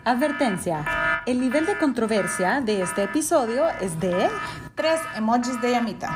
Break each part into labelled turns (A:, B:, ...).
A: Advertencia. El nivel de controversia de este episodio es de
B: 3 emojis de llamita.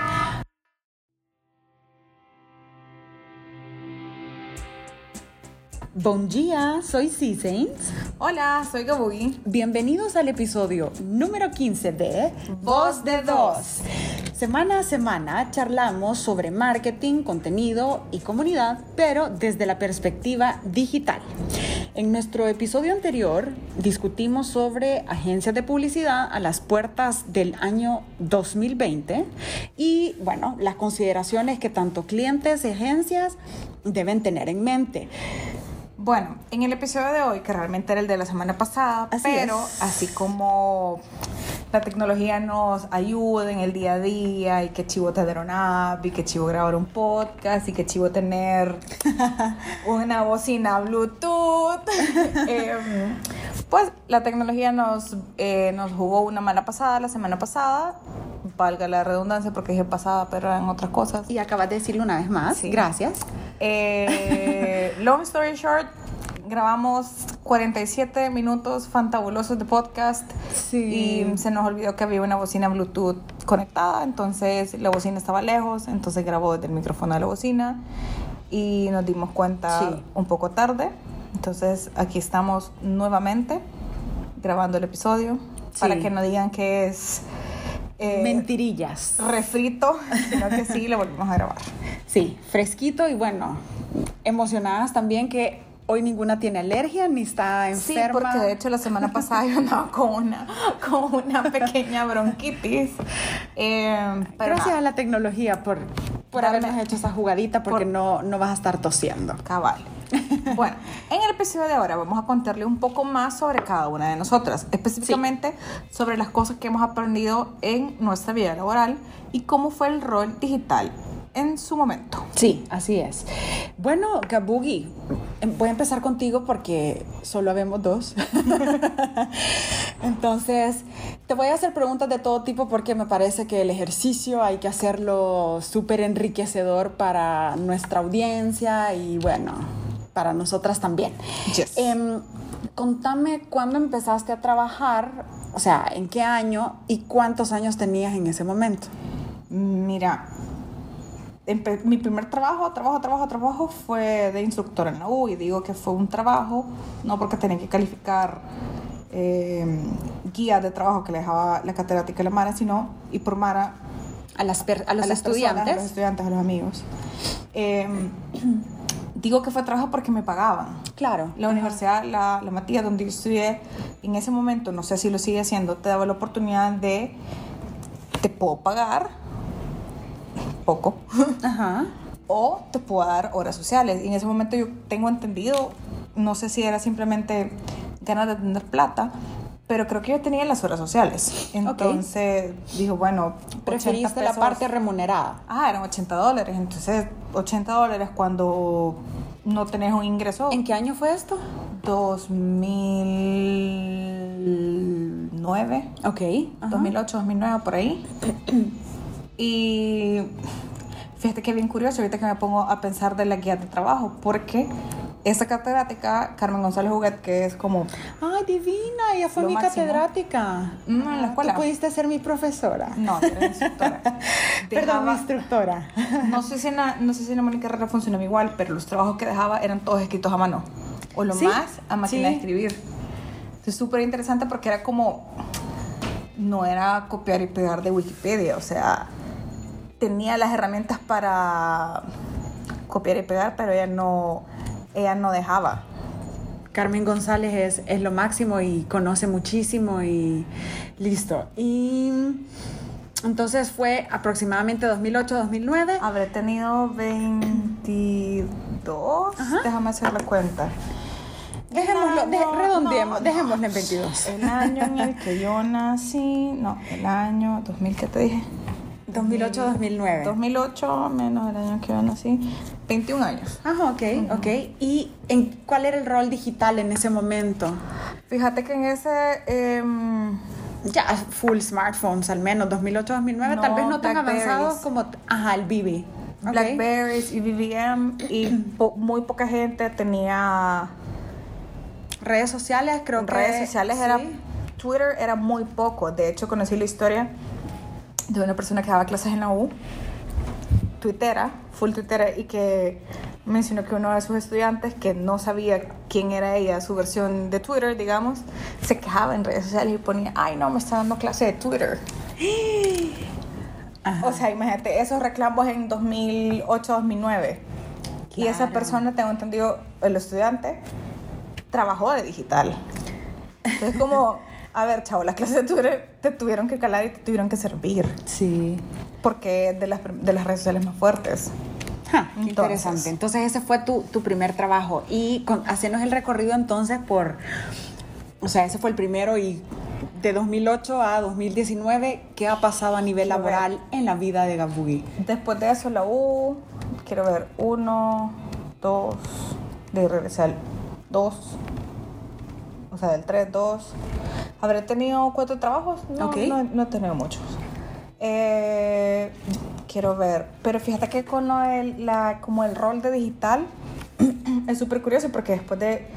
A: Bon día, soy C-Saints.
B: Hola, soy Gabugi.
A: Bienvenidos al episodio número 15 de
B: Voz de Dos.
A: Semana a semana charlamos sobre marketing, contenido y comunidad, pero desde la perspectiva digital. En nuestro episodio anterior discutimos sobre agencias de publicidad a las puertas del año 2020 y, bueno, las consideraciones que tanto clientes y agencias deben tener en mente.
B: Bueno, en el episodio de hoy, que realmente era el de la semana pasada, así como la tecnología nos ayuda en el día a día, y que chivo tener una app, y que chivo grabar un podcast, y que chivo tener una bocina Bluetooth, pues la tecnología nos jugó una mala pasada la semana pasada, valga la redundancia porque dije pasada, pero eran otras cosas.
A: Y acabas de decirlo una vez más, sí. Gracias.
B: Long story short, grabamos 47 minutos fantabulosos de podcast.
A: Sí.
B: Y se nos olvidó que había una bocina Bluetooth conectada, entonces la bocina estaba lejos, entonces grabó desde el micrófono de la bocina y nos dimos cuenta un poco tarde. Entonces aquí estamos nuevamente grabando el episodio para que no digan que es
A: mentirillas,
B: refrito, sino que sí, lo volvimos a grabar.
A: Sí, fresquito y bueno, emocionadas también que hoy ninguna tiene alergia ni está enferma.
B: Sí, porque de hecho la semana pasada yo andaba con una pequeña bronquitis.
A: Gracias a la tecnología por habernos hecho esa jugadita, porque no vas a estar tosiendo.
B: Cabal. Bueno, en el episodio de ahora vamos a contarle un poco más sobre cada una de nosotras, específicamente sobre las cosas que hemos aprendido en nuestra vida laboral y cómo fue el rol digital en su momento.
A: Sí, así es. Bueno, Gabugi, voy a empezar contigo porque solo habemos dos. Entonces, te voy a hacer preguntas de todo tipo porque me parece que el ejercicio hay que hacerlo súper enriquecedor para nuestra audiencia y bueno, para nosotras también.
B: Yes.
A: Contame cuándo empezaste a trabajar, o sea, en qué año y cuántos años tenías en ese momento.
B: Mira, mi primer trabajo fue de instructora en la U, y digo que fue un trabajo, no porque tenía que calificar guías de trabajo que le dejaba la catedrática de la Mara, sino, y por Mara,
A: a los estudiantes.
B: A los estudiantes, a los amigos. Digo que fue trabajo porque me pagaban.
A: Claro.
B: La universidad, la Matías, donde yo estudié, en ese momento, no sé si lo sigue haciendo, te daba la oportunidad de, te puedo pagar poco,
A: Ajá,
B: o te puedo dar horas sociales. Y en ese momento yo tengo entendido, no sé si era simplemente ganas de tener plata, pero creo que yo tenía las horas sociales. Entonces dijo, bueno,
A: preferiste la parte remunerada.
B: Eran $80. Entonces, $80 cuando no tenés un ingreso.
A: ¿En qué año fue esto?
B: 2009.
A: Ok.
B: 2008, 2009, por ahí. Y fíjate que bien curioso ahorita que me pongo a pensar de la guía de trabajo, porque esa catedrática, Carmen González Huguet, que es como...
A: ¡Ay, divina! Ella fue mi catedrática.
B: En la escuela.
A: ¿Tú pudiste ser mi profesora?
B: No, yo era instructora.
A: Perdón, mi instructora.
B: No sé si en la Mónica Herrera funcionaba igual, pero los trabajos que dejaba eran todos escritos a mano. O lo más a máquina de escribir. Es súper interesante porque era como... No era copiar y pegar de Wikipedia, o sea... Tenía las herramientas para copiar y pegar, pero ella no dejaba.
A: Carmen González es lo máximo y conoce muchísimo y listo. Y entonces fue aproximadamente 2008-2009.
B: Habré tenido 22. Ajá. Déjame hacer la cuenta.
A: Redondeemos, dejémosle en 22.
B: El año en el que yo nací, el año 2000, ¿qué te dije?
A: 2008-2009.
B: 2008 menos el año que yo nací, 21 años.
A: Ajá, ok. ¿Y cuál era el rol digital en ese momento?
B: Fíjate que en ese...
A: ya, full smartphones al menos, 2008-2009, tal vez no tan avanzados como... el BB.
B: Blackberries y BBM, y muy poca gente tenía
A: Redes sociales, creo que...
B: Redes sociales
A: sí.
B: era... Twitter era muy poco. De hecho, conocí la historia de una persona que daba clases en la U, full tuitera, y que mencionó que uno de sus estudiantes, que no sabía quién era ella, su versión de Twitter, digamos, se quejaba en redes sociales y ponía, ay no, me está dando clase de Twitter.
A: Ajá.
B: O sea, imagínate, esos reclamos en 2008, 2009. Y
A: Claro.
B: esa persona, tengo entendido, el estudiante, trabajó de digital. Entonces, como, a ver, chavo, las clases de Twitter te tuvieron que calar y te tuvieron que servir.
A: Sí.
B: Porque es de las redes sociales más fuertes.
A: Qué interesante. Entonces ese fue tu primer trabajo. Y hacernos el recorrido entonces por... O sea, ese fue el primero y de 2008 a 2019, ¿qué ha pasado a nivel laboral en la vida de Gabugi?
B: Después de eso, la U, quiero ver, 1, 2, de regresar 2, o sea, del 3, 2. ¿Habré tenido 4 trabajos? No,
A: Ok.
B: no he tenido muchos. Quiero ver, pero fíjate que con como el rol de digital es súper curioso porque después de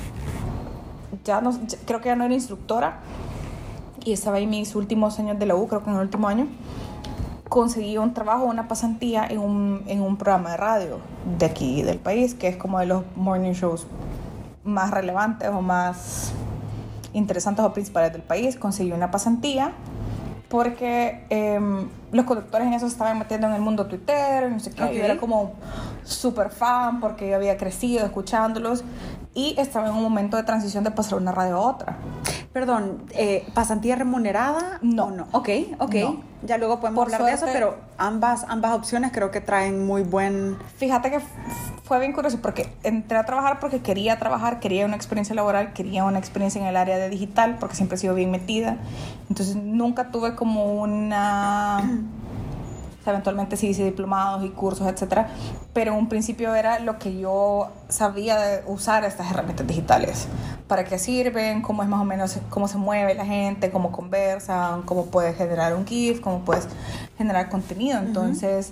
B: creo que ya no era instructora y estaba en mis últimos años de la U, creo que en el último año conseguí un trabajo, una pasantía en un programa de radio de aquí del país, que es como de los morning shows más relevantes o más interesantes o principales del país. Conseguí una pasantía porque los conductores en eso se estaban metiendo en el mundo Twitter, no sé qué.
A: Okay.
B: Yo era como súper fan porque yo había crecido escuchándolos y estaba en un momento de transición de pasar de una radio a otra.
A: Perdón, ¿pasantía remunerada?
B: No.
A: ¿O no? Ok.
B: No.
A: Ya luego podemos
B: Por
A: hablar de
B: suerte,
A: eso, pero ambas opciones creo que traen muy buen...
B: Fíjate que fue bien curioso porque entré a trabajar porque quería trabajar, quería una experiencia laboral, quería una experiencia en el área de digital porque siempre he sido bien metida. Entonces nunca tuve como una... O sea, eventualmente sí hice diplomados y cursos, etcétera, pero en un principio era lo que yo sabía de usar estas herramientas digitales. ¿Para qué sirven? ¿Cómo es más o menos, cómo se mueve la gente? ¿Cómo conversan? ¿Cómo puedes generar un GIF? ¿Cómo puedes generar contenido? Entonces,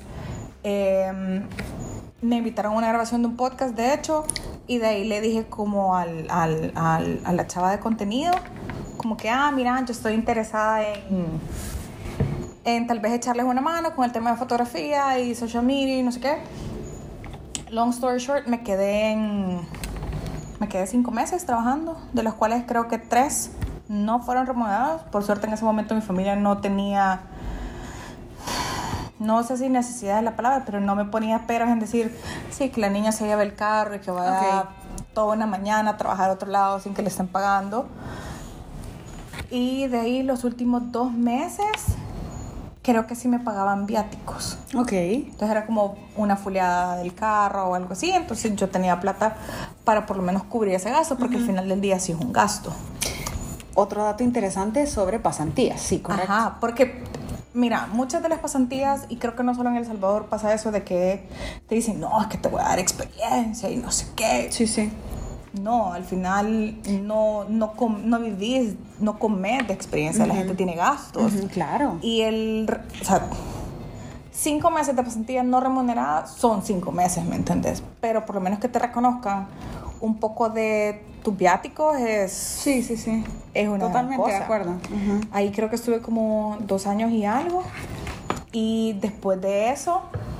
B: me invitaron a una grabación de un podcast, de hecho, y de ahí le dije como a la chava de contenido, como que, mira, yo estoy interesada en tal vez echarles una mano con el tema de fotografía y social media y no sé qué. Long story short, me quedé 5 meses trabajando, de los cuales creo que 3 no fueron remunerados. Por suerte en ese momento mi familia no tenía, no sé si necesidad de la palabra, pero no me ponía peros en decir, sí, que la niña se lleve el carro y que vaya toda una mañana a trabajar a otro lado sin que le estén pagando. Y de ahí los últimos 2 meses creo que sí me pagaban viáticos.
A: Ok.
B: Entonces era como una fuleada del carro o algo así. Entonces yo tenía plata para por lo menos cubrir ese gasto, porque al final del día sí es un gasto.
A: Otro dato interesante sobre pasantías, sí, correcto.
B: Ajá, porque mira, muchas de las pasantías, y creo que no solo en El Salvador pasa eso de que te dicen, no, es que te voy a dar experiencia y no sé qué.
A: Sí, sí.
B: No, al final no vivís, no comes de experiencia, la gente tiene gastos.
A: Claro.
B: Y o sea, 5 meses de pasantía no remunerada son 5 meses, ¿me entendés? Pero por lo menos que te reconozcan un poco de tus viáticos es...
A: Sí.
B: Es una
A: Totalmente
B: cosa.
A: de acuerdo.
B: Ahí creo que estuve como 2 años y algo. Y después de eso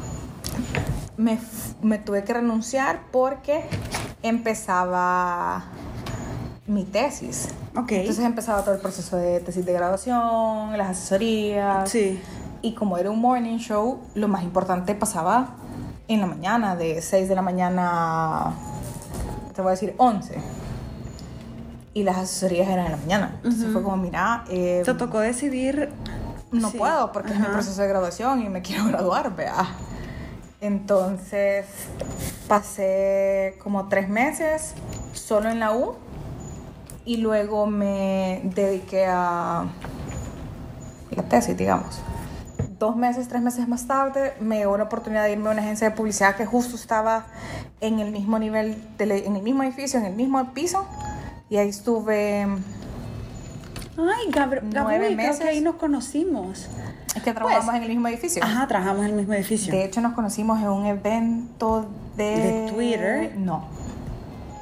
B: me tuve que renunciar porque empezaba mi tesis.
A: Ok.
B: Entonces empezaba todo el proceso de tesis de graduación, las asesorías.
A: Sí.
B: Y como era un morning show, lo más importante pasaba en la mañana, de 6 de la mañana, te voy a decir 11. Y las asesorías eran en la mañana. Entonces fue como, mira...
A: Te tocó decidir...
B: No
A: sí.
B: puedo porque es mi proceso de graduación y me quiero graduar, vea. Entonces pasé como 3 meses solo en la U y luego me dediqué a la tesis, digamos. 2 meses, 3 meses más tarde me dio una oportunidad de irme a una agencia de publicidad que justo estaba en el mismo nivel, en el mismo edificio, en el mismo piso, y ahí estuve...
A: Ay, Gabriel,
B: 9
A: creo
B: meses.
A: que ahí nos conocimos.
B: Es que trabajamos en el mismo edificio.
A: Ajá, trabajamos en el mismo edificio.
B: De hecho, nos conocimos en un evento
A: ¿De Twitter?
B: No.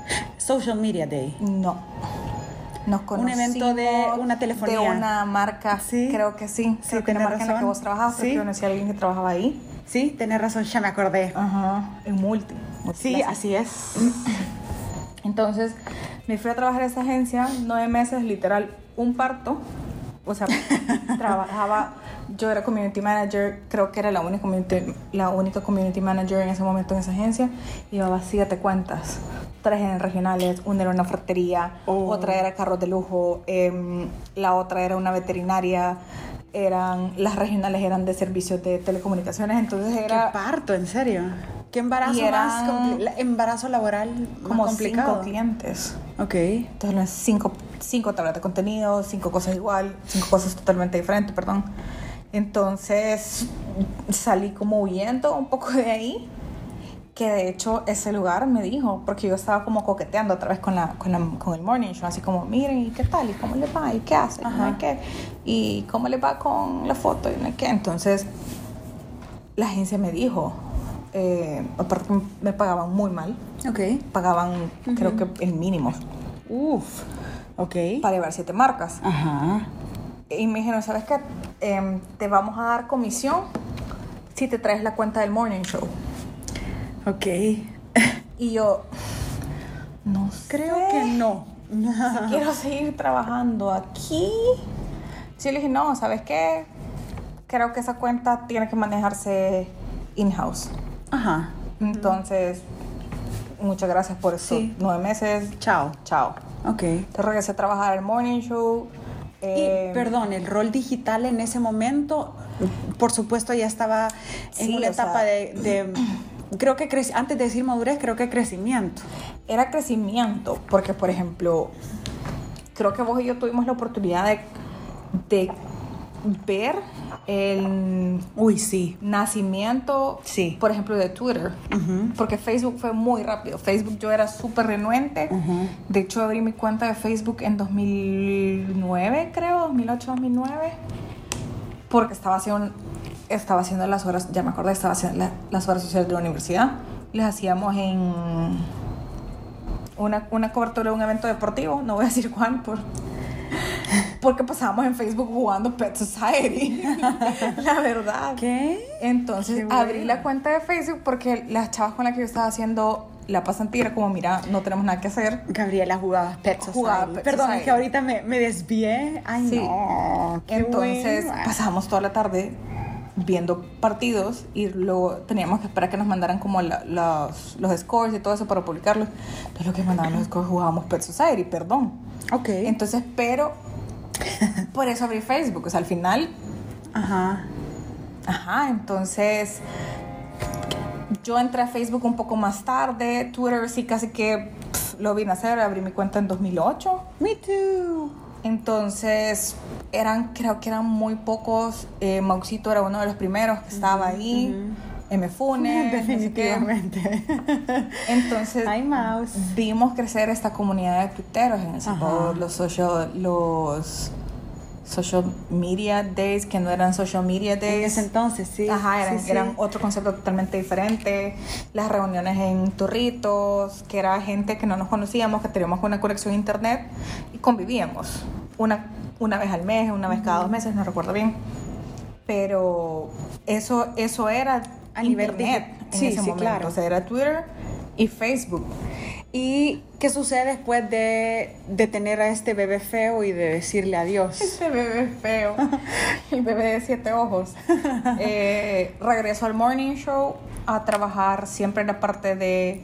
A: Social Media Day.
B: No. Nos conocimos.
A: Un evento de una telefonía.
B: De una marca,
A: ¿Sí?
B: Creo que sí.
A: Sí,
B: Creo que una
A: tenés
B: marca en la que
A: razón.
B: vos trabajabas,
A: Sí.
B: porque yo conocí a alguien que trabajaba ahí.
A: Sí, tenés razón, ya me acordé.
B: Ajá, en Multi.
A: Sí, así es.
B: Entonces, me fui a trabajar a esa agencia, 9 meses, literal, un parto. O sea, trabajaba, yo era community manager, creo que era la única community manager en ese momento en esa agencia. Llevaba 7 cuentas, 3 eran regionales, una era una ferretería, otra era carros de lujo, la otra era una veterinaria. Las regionales eran de servicios de telecomunicaciones, entonces era...
A: ¡Qué parto, en serio! ¡Qué embarazo embarazo laboral
B: como
A: más complicado!
B: 5 clientes.
A: Ok.
B: Entonces, las 5 tablas de contenido, 5 cosas igual, 5 cosas totalmente diferentes, perdón. Entonces, salí como huyendo un poco de ahí, que de hecho ese lugar me dijo, porque yo estaba como coqueteando otra vez con el morning show, así como, miren, ¿y qué tal? ¿Y cómo le va? ¿Y qué hace? ¿Y no hay qué? ¿Y cómo le va con la foto? ¿Y no hay qué? Entonces, la agencia me dijo, aparte me pagaban muy mal.
A: Ok.
B: Pagaban, creo que el mínimo.
A: Uf. Ok.
B: Para llevar 7 marcas.
A: Ajá.
B: Y me dijeron, ¿sabes qué? Te vamos a dar comisión si te traes la cuenta del morning show.
A: Ok.
B: Y yo, no sé.
A: Creo que no.
B: Si quiero seguir trabajando aquí. Sí, le dije, no, ¿sabes qué? Creo que esa cuenta tiene que manejarse in-house.
A: Ajá.
B: Entonces, muchas gracias por esos 9 meses.
A: Chao.
B: Chao.
A: Ok.
B: Te regresé a trabajar al morning show.
A: Y, perdón, el rol digital en ese momento, por supuesto, ya estaba en
B: Sí,
A: una etapa de creo que antes de decir madurez, creo que crecimiento.
B: Era crecimiento, porque, por ejemplo, creo que vos y yo tuvimos la oportunidad de ver el
A: Sí.
B: nacimiento,
A: Sí.
B: por ejemplo, de Twitter, porque Facebook fue muy rápido. Facebook yo era súper renuente. De hecho, abrí mi cuenta de Facebook en 2009, creo, 2008, 2009, porque estaba haciendo las horas, ya me acordé, estaba haciendo las horas sociales de la universidad. Les hacíamos en una cobertura de un evento deportivo, no voy a decir cuál, porque pasábamos en Facebook jugando Pet Society, la verdad.
A: ¿Qué?
B: Entonces abrí la cuenta de Facebook porque las chavas con las que yo estaba haciendo la pasantía era como, mira, no tenemos nada que hacer.
A: Gabriela jugaba Pet Society. Perdón, es que ahorita me desvié. Ay,
B: sí.
A: No.
B: Entonces
A: bueno.
B: pasábamos toda la tarde viendo partidos y luego teníamos que esperar que nos mandaran como los scores y todo eso para publicarlos. Entonces lo que mandaban los scores jugábamos Pet Society, perdón.
A: Ok.
B: Entonces, pero por eso abrí Facebook, o sea, al final.
A: Ajá.
B: Entonces yo entré a Facebook un poco más tarde. Twitter sí casi que lo vine a hacer, abrí mi cuenta en 2008.
A: Me too.
B: Entonces creo que eran muy pocos. Mauxito era uno de los primeros que estaba ahí. MFune,
A: definitivamente.
B: Entonces
A: Hi, Mouse.
B: vimos crecer esta comunidad de tuiteros en El Salvador, los social media days, que no eran social media days.
A: En ese entonces, sí.
B: Eran otro concepto totalmente diferente. Las reuniones en Turritos, que era gente que no nos conocíamos, que teníamos una conexión a internet y convivíamos una vez al mes, una vez cada 2 meses, no recuerdo bien. Pero eso era
A: a nivel
B: internet en ese momento.
A: Claro.
B: O sea, era Twitter y Facebook.
A: ¿Y qué sucede después de tener a este bebé feo y de decirle adiós?
B: Este bebé feo, el bebé de 7 ojos. Regreso al morning show a trabajar siempre en la parte de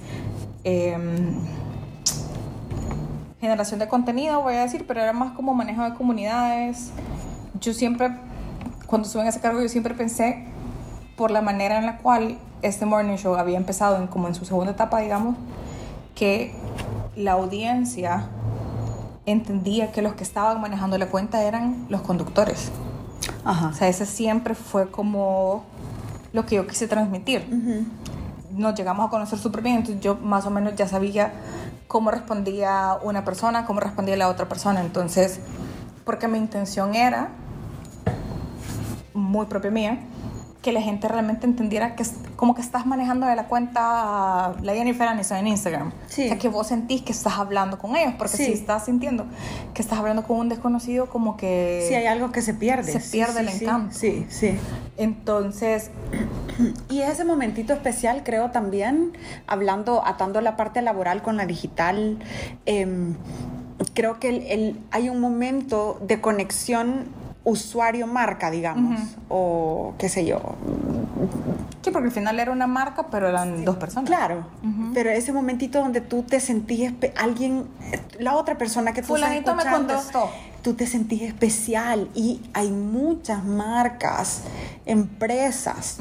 B: generación de contenido, voy a decir, pero era más como manejo de comunidades. Yo siempre, cuando estuve en ese cargo, yo siempre pensé, por la manera en la cual este morning show había empezado como en su segunda etapa, digamos, que la audiencia entendía que los que estaban manejando la cuenta eran los conductores.
A: Ajá.
B: O sea, ese siempre fue como lo que yo quise transmitir. Nos llegamos a conocer súper bien, entonces yo más o menos ya sabía cómo respondía una persona, cómo respondía la otra persona. Entonces, porque mi intención era, muy propia mía, que la gente realmente entendiera que como que estás manejando de la cuenta la Jennifer Aniston en Instagram.
A: Sí.
B: O sea, que vos sentís que estás hablando con ellos, porque
A: Sí.
B: si estás sintiendo que estás hablando con un desconocido, como que...
A: Sí, hay algo que se pierde.
B: Se pierde el encanto.
A: Sí, sí.
B: Entonces...
A: Y ese momentito especial, creo también, atando la parte laboral con la digital, creo que hay un momento de conexión usuario-marca, digamos, o qué sé yo.
B: Sí, porque al final era una marca, pero eran dos personas.
A: Claro, pero ese momentito donde tú te sentís, la otra persona que tú estás
B: Fulanito me
A: escuchando,
B: contestó.
A: tú te sentís especial, y hay muchas marcas, empresas,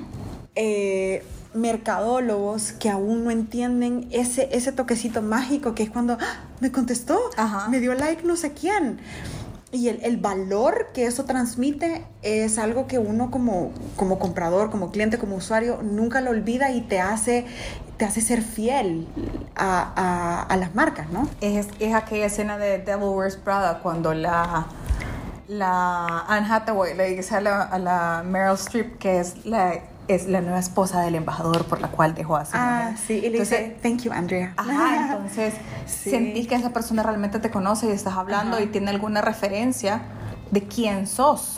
A: mercadólogos que aún no entienden ese toquecito mágico que es cuando me contestó, me dio like no sé quién. Y el valor que eso transmite es algo que uno como comprador, como cliente, como usuario, nunca lo olvida y te hace ser fiel a las marcas, ¿no?
B: Es aquella escena de Devil Wears Prada cuando la Anne Hathaway le dice a la Meryl Streep que es la nueva esposa del embajador por la cual dejó a su mujer.
A: Sí, y le dice, thank you, Andrea.
B: Entonces sentís que esa persona realmente te conoce y estás hablando y tiene alguna referencia de quién sos.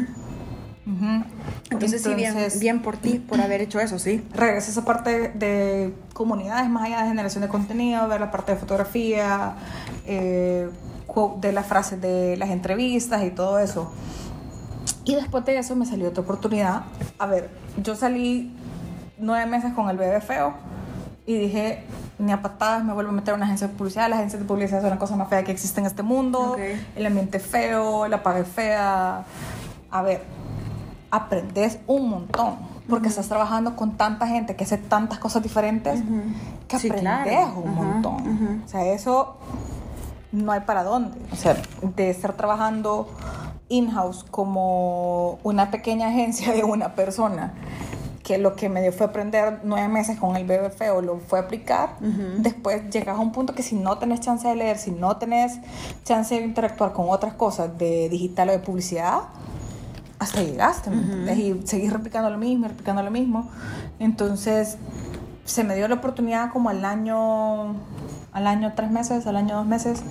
A: Entonces sí, bien por ti, por haber hecho eso, sí.
B: Regresa esa parte de comunidades, más allá de generación de contenido, ver la parte de fotografía, de las frases de las entrevistas y todo eso. Y después de eso me salió otra oportunidad. A ver, yo salí 9 meses con el bebé feo y dije, ni a patadas me vuelvo a meter a una agencia de publicidad. Las agencias de publicidad son la cosa más fea que existe en este mundo. El ambiente es feo, la paga es fea. A ver, aprendes un montón porque estás trabajando con tanta gente que hace tantas cosas diferentes que aprendes un montón. O sea, eso no hay para dónde. O sea, de estar trabajando in-house como una pequeña agencia de una persona, que lo que me dio fue aprender 9 meses con el bebé feo, lo fue aplicar. Después llegas a un punto que si no tenés chance de leer, si no tenés chance de interactuar con otras cosas de digital o de publicidad, hasta llegaste, ¿me entiendes? Y seguís replicando lo mismo. Entonces se me dio la oportunidad como al año 3 meses, al año 2 meses,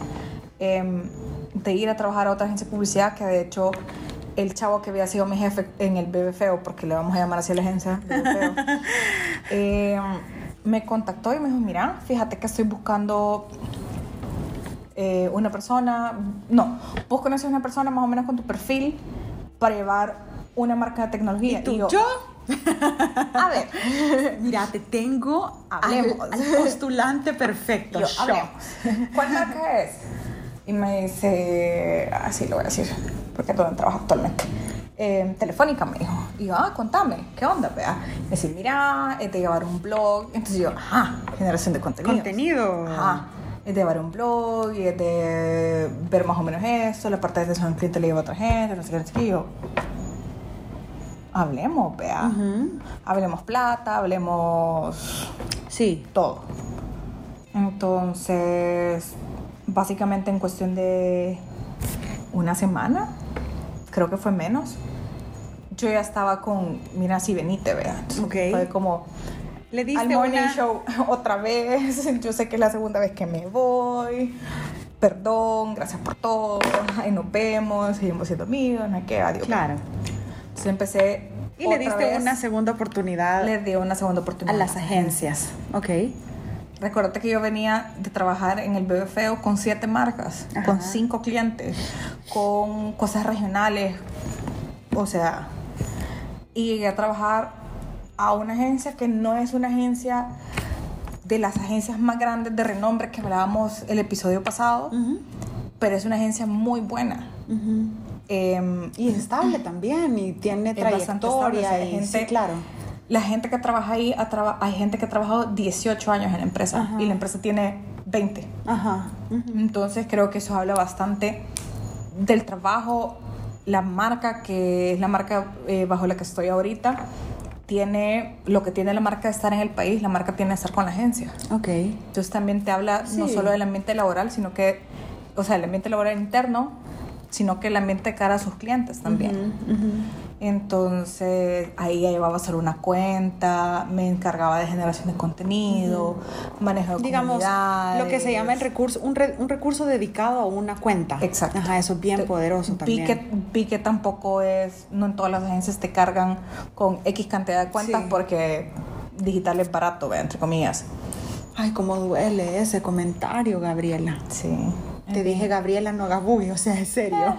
B: de ir a trabajar a otra agencia de publicidad, que de hecho el chavo que había sido mi jefe en el Bebé Feo, porque le vamos a llamar así a la agencia, Bebé Feo, me contactó y me dijo, mira, fíjate que estoy buscando una persona, vos conoces una persona más o menos con tu perfil para llevar una marca de tecnología.
A: ¿Y tú?
B: yo a ver,
A: mira, te tengo
B: hablemos
A: al postulante perfecto.
B: Hablemos. ¿Cuál marca es? Y me dice, así lo voy a decir, porque todo trabajo actualmente. Telefónica, me dijo. Y yo, contame, ¿qué onda? Vea. Me dice, mira, es de llevar un blog. Entonces yo, generación de contenido. Es de llevar un blog y es de ver más o menos esto, la parte de atención al cliente le lleva a otra gente, no sé qué. Y yo, hablemos, vea. Hablemos plata, hablemos...
A: Sí.
B: Todo. Entonces, básicamente en cuestión de una semana, creo que fue menos, yo ya estaba con, mira, si venite, vea. Fue como...
A: Le diste
B: al morning show otra vez. Yo sé que es la segunda vez que me voy. Perdón, gracias por todo. Ahí nos vemos, seguimos siendo amigos, no hay que, adiós.
A: Claro.
B: Entonces empecé.
A: Y le diste una segunda oportunidad.
B: Le di una segunda oportunidad
A: a las agencias. Ok.
B: Recuérdate que yo venía de trabajar en el Bebé Feo con 7 marcas, con 5 clientes, con cosas regionales. O sea, y llegué a trabajar a una agencia que no es una agencia de las agencias más grandes de renombre que hablábamos el episodio pasado, pero es una agencia muy buena.
A: Y es estable también, y tiene trayectoria. Y,
B: gente,
A: sí, claro.
B: La gente que trabaja ahí, hay gente que ha trabajado 18 años en la empresa, y la empresa tiene 20. Entonces creo que eso habla bastante del trabajo. La marca, que es la marca bajo la que estoy ahorita, tiene lo que tiene la marca de estar en el país, la marca tiene de estar con la agencia. Entonces también te habla no solo del ambiente laboral, sino que, o sea, el ambiente laboral interno, sino que el ambiente de cara a sus clientes también. Entonces ahí ya llevaba solo una cuenta, me encargaba de generación de contenido, manejo de comunidades.
A: Lo que se llama el recurso, un recurso dedicado a una cuenta.
B: Exacto.
A: Ajá, eso es bien poderoso también.
B: Vi que tampoco es, no en todas las agencias te cargan con X cantidad de cuentas porque digital es barato, ¿ve? Entre comillas.
A: Ay, cómo duele ese comentario, Gabriela.
B: Sí.
A: Te dije, Gabriela, no hagas bullying, o sea, es serio.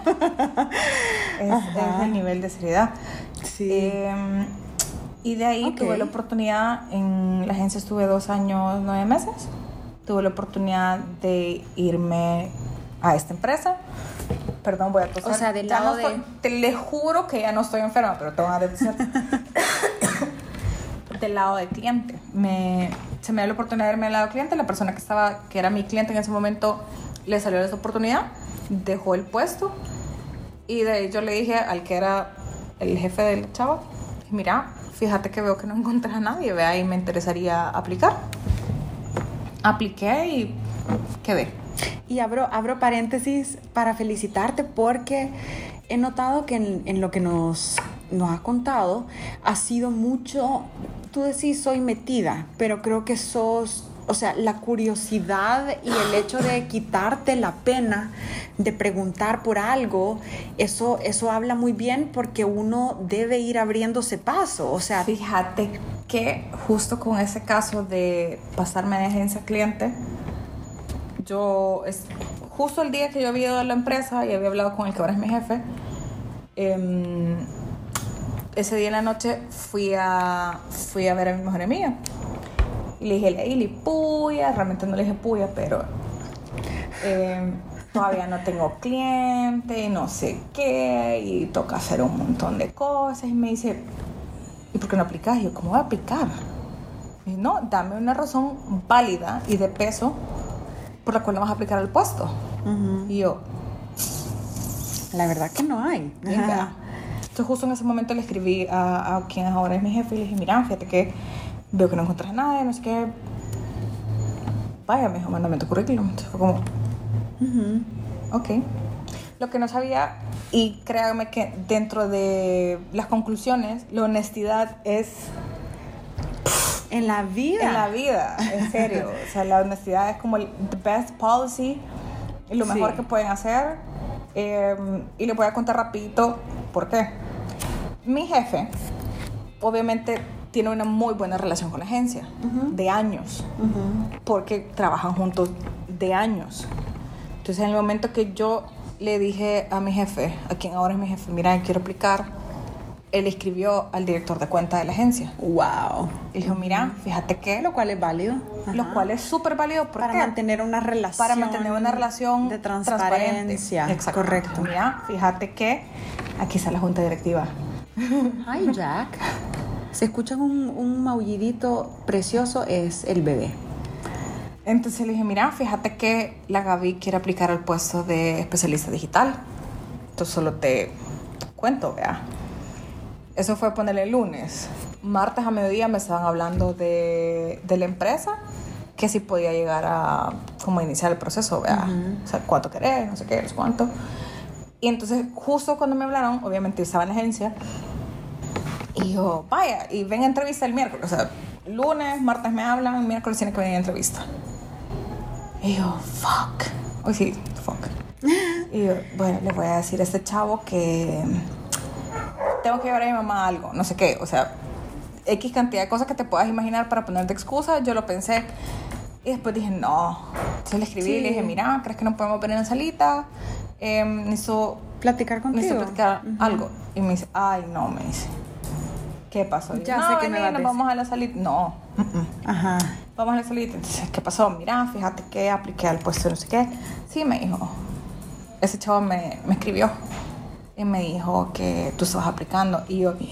B: es el nivel de seriedad.
A: Sí.
B: Y de ahí tuve la oportunidad, en la agencia estuve 2 años, 9 meses. Tuve la oportunidad de irme a esta empresa. Perdón, voy a toser.
A: O sea, del lado de...
B: Te le juro que ya no estoy enferma, pero te voy a decir. Del lado del cliente. Se me dio la oportunidad de irme del lado del cliente. La persona que era mi cliente en ese momento, le salió esa oportunidad, dejó el puesto y de ahí yo le dije al que era el jefe del chavo, mira, fíjate que veo que no encontré a nadie, vea, y me interesaría aplicar. Apliqué y quedé.
A: Y abro paréntesis para felicitarte porque he notado que en lo que nos has contado ha sido mucho, tú decís soy metida, pero creo que sos... O sea, la curiosidad y el hecho de quitarte la pena de preguntar por algo, eso habla muy bien porque uno debe ir abriéndose paso. O sea,
B: fíjate que justo con ese caso de pasarme de agencia a cliente, justo el día que yo había ido a la empresa y había hablado con el que ahora es mi jefe, ese día en la noche fui a ver a mi mejor amiga. Y le dije, Leili, puya, realmente no le dije puya, pero todavía no tengo cliente y no sé qué, y toca hacer un montón de cosas. Y me dice, ¿y por qué no aplicas? Y yo, ¿cómo voy a aplicar? Y dice, no, dame una razón válida y de peso por la cual no vas a aplicar al puesto. Uh-huh. Y yo,
A: la verdad que no hay.
B: Venga. Entonces justo en ese momento le escribí a quien ahora es mi jefe y le dije, mira, fíjate que veo que no encuentras nada, no sé qué. Vaya, me dijo, mándame tu currículum. Entonces fue como, ok. Lo que no sabía, y créanme que dentro de las conclusiones, la honestidad es...
A: En la vida.
B: En la vida, en serio. O sea, la honestidad es como the best policy, y lo mejor que pueden hacer. Y les voy a contar rapidito por qué. Mi jefe, obviamente, tiene una muy buena relación con la agencia, de años, porque trabajan juntos de años. Entonces, en el momento que yo le dije a mi jefe, a quien ahora es mi jefe, mira, quiero aplicar, él escribió al director de cuenta de la agencia.
A: Wow.
B: Y le dijo, mira, fíjate que...
A: Lo cual es válido.
B: Lo cual es súper válido. ¿Por
A: para
B: qué?
A: Mantener una relación.
B: Para mantener una relación
A: de transparencia.
B: Exacto.
A: Correcto.
B: Mira, fíjate que aquí está la junta directiva.
A: Hi, Jack. Se escucha un maullidito precioso, es el bebé.
B: Entonces le dije, mira, fíjate que la Gaby quiere aplicar al puesto de especialista digital. Entonces solo te cuento, vea. Eso fue ponerle el lunes. Martes a mediodía me estaban hablando de la empresa, que si podía llegar a como iniciar el proceso, vea. O sea, cuánto querés, no sé qué, no sé cuánto. Y entonces justo cuando me hablaron, obviamente yo estaba en la agencia, y yo, vaya, y ven a entrevista el miércoles. O sea, lunes, martes me hablan, miércoles tiene que venir a entrevista. Y yo, fuck. Hoy sí, fuck. Y yo, bueno, le voy a decir a este chavo que tengo que llevar a mi mamá algo, no sé qué. O sea, X cantidad de cosas que te puedas imaginar para ponerte excusa. Yo lo pensé. Y después dije, no. Entonces le escribí y le dije, mira, ¿crees que no podemos venir en salita? Necesito
A: platicar contigo.
B: Necesito platicar algo. Y me dice, ay, no, me dice. ¿Qué pasó?
A: Ya sé que me va a decir.
B: Vamos a la salita. No.
A: Ajá.
B: Vamos a la salita. Entonces, ¿qué pasó? Mira, fíjate que apliqué al puesto no sé qué. Sí, me dijo. Ese chavo me escribió. Y me dijo que tú estabas aplicando. Y yo,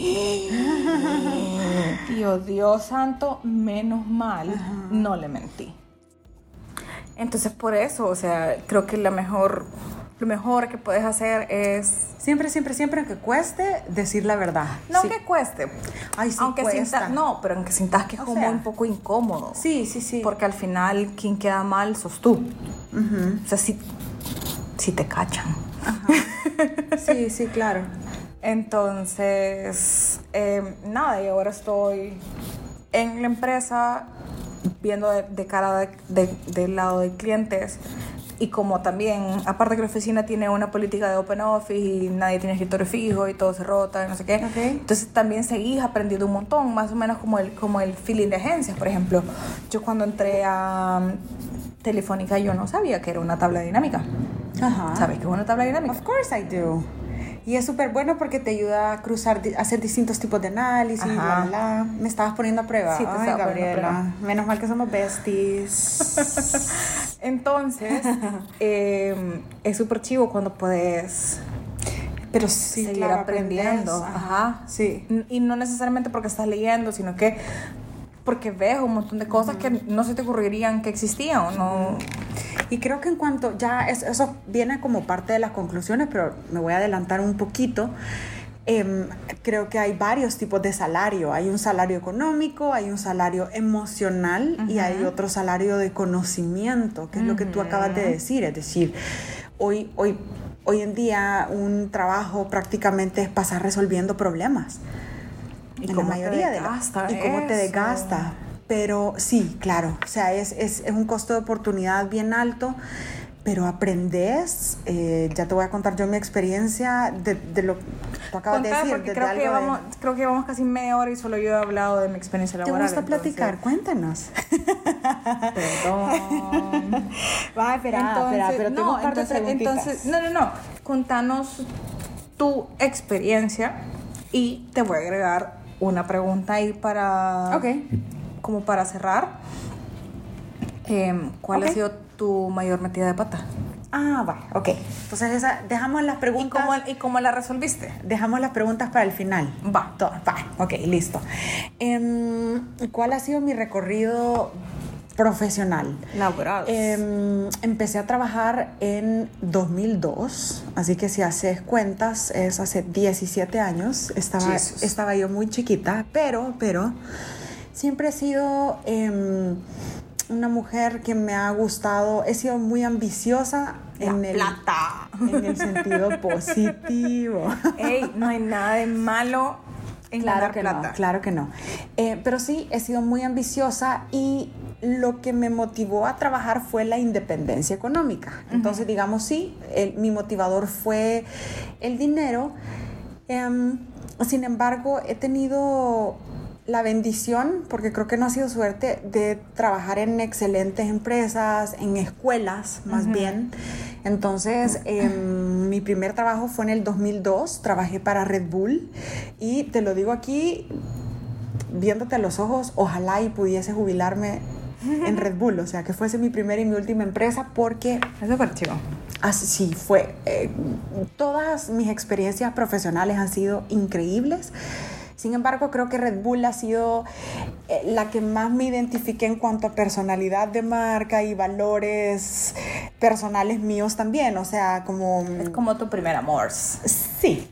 B: Dios santo, menos mal, no le mentí. Entonces, por eso, o sea, creo que lo mejor que puedes hacer es...
A: Siempre, aunque cueste, decir la verdad.
B: No que cueste.
A: Ay, sí,
B: aunque
A: cuesta.
B: pero aunque sientas que es como un poco incómodo.
A: Sí.
B: Porque al final, quien queda mal sos tú. O sea, si te cachan.
A: Ajá. Sí, claro.
B: Entonces, nada, y ahora estoy en la empresa viendo de cara del lado de clientes. Y como también, aparte que la oficina tiene una política de open office y nadie tiene escritorio fijo y todo se rota y no sé qué, entonces también seguís aprendiendo un montón, más o menos como el feeling de agencias. Por ejemplo, yo cuando entré a Telefónica yo no sabía que era una tabla dinámica.
A: Ajá.
B: ¿Sabes qué es una tabla dinámica?
A: Of course I do. Y es súper bueno porque te ayuda a cruzar, a hacer distintos tipos de análisis, bla, bla. Me estabas poniendo a prueba.
B: Sí, te estaba poniendo a prueba.
A: Menos mal que somos besties.
B: Entonces, es súper chivo cuando puedes
A: pero sí,
B: seguir aprendiendo.
A: Ajá, sí.
B: Y no necesariamente porque estás leyendo, sino que porque ves un montón de cosas que no se te ocurrirían que existían o no.
A: Y creo que en cuanto ya eso viene como parte de las conclusiones, pero me voy a adelantar un poquito. Creo que hay varios tipos de salario. Hay un salario económico, hay un salario emocional y hay otro salario de conocimiento, que es lo que tú acabas de decir. Es decir, hoy en día un trabajo prácticamente es pasar resolviendo problemas.
B: Y cómo la mayoría te desgasta
A: y cómo te desgasta. Pero sí, claro, o sea, es un costo de oportunidad bien alto, pero aprendes. Ya te voy a contar yo mi experiencia de lo que tú acabas de decir.
B: Porque creo que llevamos casi media hora y solo yo he hablado de mi experiencia laboral.
A: ¿Te gusta platicar? Cuéntanos.
B: Perdón.
A: Va, espera, pero tengo un par de preguntitas.
B: No. Contanos tu experiencia y te voy a agregar una pregunta ahí para... como para cerrar. ¿Cuál ha sido tu mayor metida de pata?
A: Ok. Entonces dejamos las preguntas.
B: ¿Y cómo la resolviste?
A: Dejamos las preguntas para el final.
B: Va.
A: Ok, listo. ¿Cuál ha sido mi recorrido profesional?
B: Laboral.
A: Empecé a trabajar en 2002, así que si haces cuentas es hace 17 años. Estaba yo muy chiquita, pero siempre he sido una mujer que me ha gustado. He sido muy ambiciosa en el sentido positivo.
B: No hay nada de malo en ganar plata.
A: Claro que no. Pero sí, he sido muy ambiciosa y lo que me motivó a trabajar fue la independencia económica. Entonces, digamos, sí, mi motivador fue el dinero. Sin embargo, he tenido la bendición, porque creo que no ha sido suerte, de trabajar en excelentes empresas, en escuelas más bien. Entonces, mi primer trabajo fue en el 2002, trabajé para Red Bull y te lo digo aquí, viéndote a los ojos, ojalá y pudiese jubilarme en Red Bull, o sea, que fuese mi primera y mi última empresa, porque...
B: Eso fue chido.
A: Así fue. Todas mis experiencias profesionales han sido increíbles. Sin embargo, creo que Red Bull ha sido la que más me identifiqué en cuanto a personalidad de marca y valores personales míos también. O sea, como...
B: Es como tu primer amor.
A: Sí.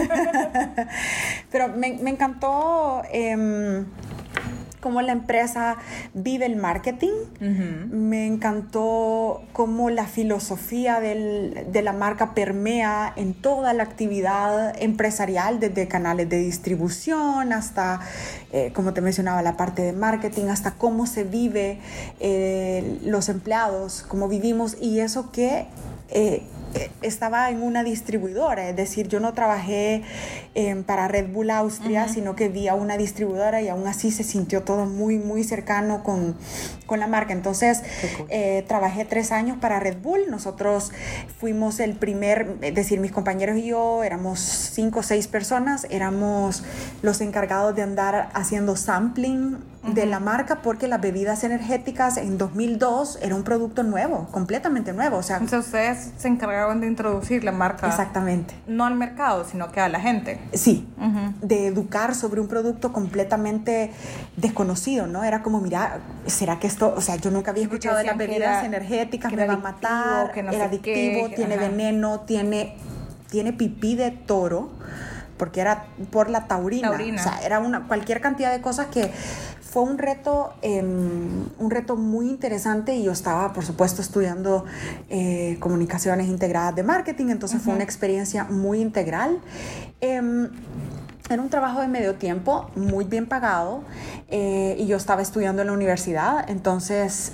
A: Pero me encantó... cómo la empresa vive el marketing. Me encantó cómo la filosofía de la marca permea en toda la actividad empresarial, desde canales de distribución hasta, como te mencionaba, la parte de marketing, hasta cómo se vive los empleados, cómo vivimos, y eso que... estaba en una distribuidora, es decir, yo no trabajé para Red Bull Austria, sino que vi a una distribuidora y aún así se sintió todo muy, muy cercano con la marca. Entonces, cool. Trabajé 3 años para Red Bull. Nosotros fuimos el primer, es decir, mis compañeros y yo, éramos 5 o 6 personas, éramos los encargados de andar haciendo sampling de la marca, porque las bebidas energéticas en 2002 era un producto nuevo, completamente nuevo. O sea,
B: entonces ustedes se encargaban de introducir la marca.
A: Exactamente.
B: No al mercado, sino que a la gente.
A: Sí, de educar sobre un producto completamente desconocido, ¿no? Era como, mira, ¿será que esto, o sea, yo nunca había escuchado de las bebidas energéticas, me va a matar,
B: que no
A: era adictivo, tiene veneno, tiene pipí de toro, porque era por la taurina. O sea, era cualquier cantidad de cosas que fue un reto muy interesante y yo estaba, por supuesto, estudiando comunicaciones integradas de marketing, entonces fue una experiencia muy integral. Era un trabajo de medio tiempo, muy bien pagado, y yo estaba estudiando en la universidad, entonces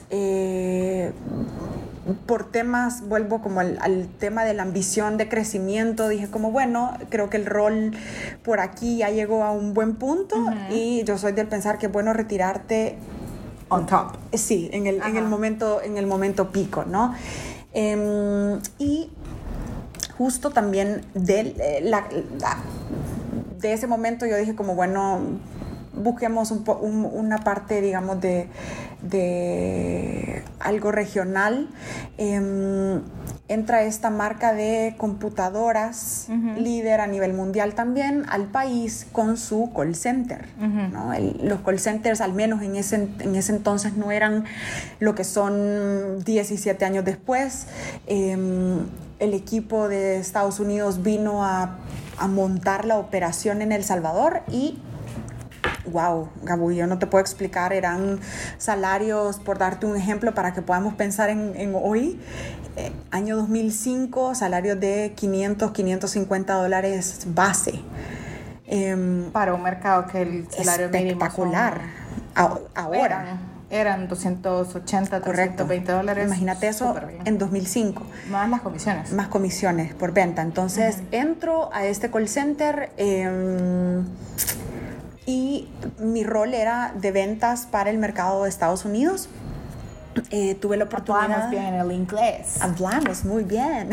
A: por temas, vuelvo como al tema de la ambición de crecimiento, dije como bueno, creo que el rol por aquí ya llegó a un buen punto y yo soy del pensar que es bueno retirarte
B: on top.
A: Sí, en el momento pico, ¿no? Y justo también de ese momento yo dije como bueno, busquemos una parte, digamos, de algo regional. Entra esta marca de computadoras líder a nivel mundial también al país con su call center, ¿no? Los call centers, al menos en ese entonces, no eran lo que son 17 años después. El equipo de Estados Unidos vino a montar la operación en El Salvador y wow, Gabu, yo no te puedo explicar, eran salarios, por darte un ejemplo, para que podamos pensar en hoy, año 2005, salarios de $550 base.
B: Para un mercado que el salario mínimo
A: espectacular. Ahora.
B: Eran 280,
A: correcto.
B: $320.
A: Imagínate eso en 2005.
B: Más las comisiones.
A: Más comisiones por venta. Entonces, entro a este call center y mi rol era de ventas para el mercado de Estados Unidos. Tuve la oportunidad...
B: Hablamos bien el inglés.
A: Hablamos muy bien.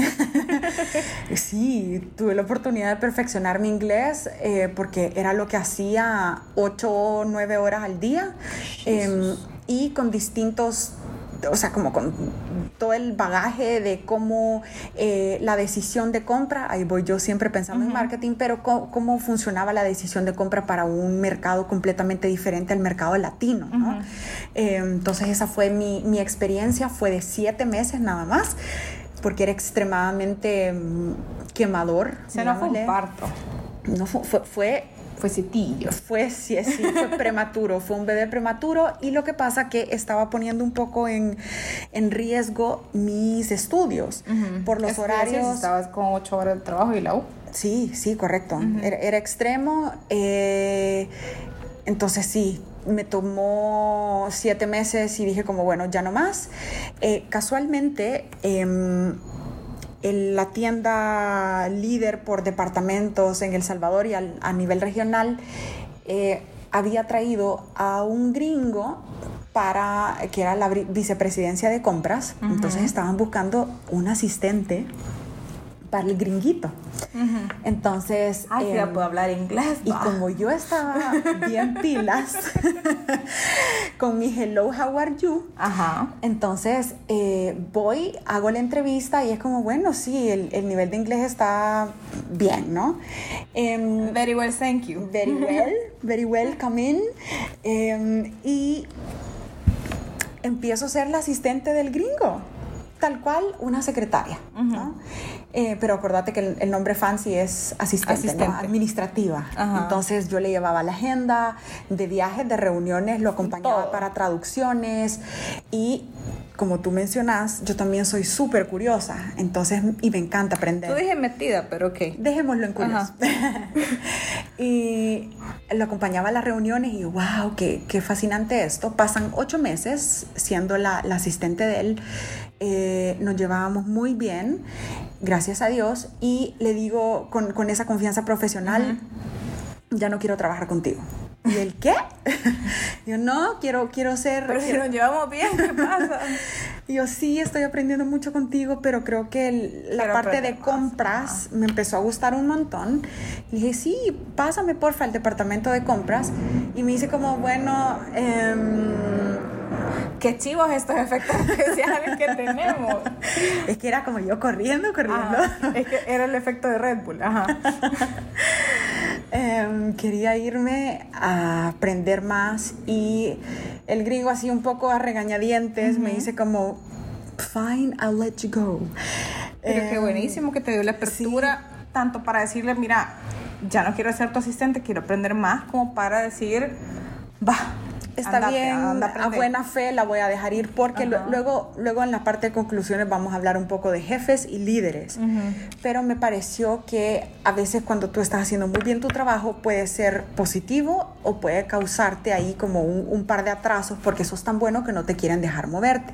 A: Sí, tuve la oportunidad de perfeccionar mi inglés porque era lo que hacía 8 o 9 horas al día y con distintos... O sea, como con todo el bagaje de cómo la decisión de compra, ahí voy yo siempre pensando en marketing, pero cómo funcionaba la decisión de compra para un mercado completamente diferente al mercado latino, ¿no? Entonces esa fue mi experiencia, fue de 7 meses nada más, porque era extremadamente quemador.
B: Se no fue un parto.
A: No, fue
B: citillo.
A: Fue prematuro, fue un bebé prematuro y lo que pasa que estaba poniendo un poco en riesgo mis estudios por los horarios.
B: Estabas con 8 horas de trabajo y la U.
A: Sí, correcto. Era extremo. Entonces sí, me tomó 7 meses y dije como bueno, ya no más. Casualmente... la tienda líder por departamentos en El Salvador y a nivel regional había traído a un gringo que era la vicepresidencia de compras. Entonces estaban buscando un asistente para el gringuito. Entonces
B: ya puedo hablar inglés.
A: Y como yo estaba bien pilas con mi hello, how are you, entonces hago la entrevista y es como bueno, sí, el nivel de inglés está bien, ¿no?
B: Very well, thank you.
A: Very well, come in. Y empiezo a ser la asistente del gringo, tal cual una secretaria, ¿no? Pero acordate que el nombre fancy es asistente. ¿no? Administrativa. Entonces yo le llevaba la agenda de viajes, de reuniones, lo acompañaba para traducciones y como tú mencionas, yo también soy súper curiosa, entonces, y me encanta aprender.
B: Tú dije metida, pero ok.
A: Dejémoslo en curioso. Y lo acompañaba a las reuniones y wow, qué fascinante esto. Pasan 8 meses siendo la asistente de él. Nos llevábamos muy bien, gracias a Dios, y le digo con esa confianza profesional, ya no quiero trabajar contigo. ¿Y el qué? Yo no, quiero ser...
B: Pero si nos llevamos bien, ¿qué pasa?
A: Y yo sí, estoy aprendiendo mucho contigo, pero creo que la parte de compras me empezó a gustar un montón. Y dije, sí, pásame porfa al departamento de compras. Y me dice como, bueno...
B: qué chivos estos efectos especiales que tenemos.
A: Es que era como yo corriendo.
B: Es que era el efecto de Red Bull.
A: Quería irme a aprender más y el gringo así un poco a regañadientes me dice como fine, I'll let you go.
B: Pero qué buenísimo que te dio la apertura, tanto para decirle, mira, ya no quiero ser tu asistente, quiero aprender más, como para decir, va.
A: está bien, a buena fe la voy a dejar ir porque luego en la parte de conclusiones vamos a hablar un poco de jefes y líderes. Pero me pareció que a veces cuando tú estás haciendo muy bien tu trabajo puede ser positivo o puede causarte ahí como un par de atrasos porque sos tan bueno que no te quieren dejar moverte.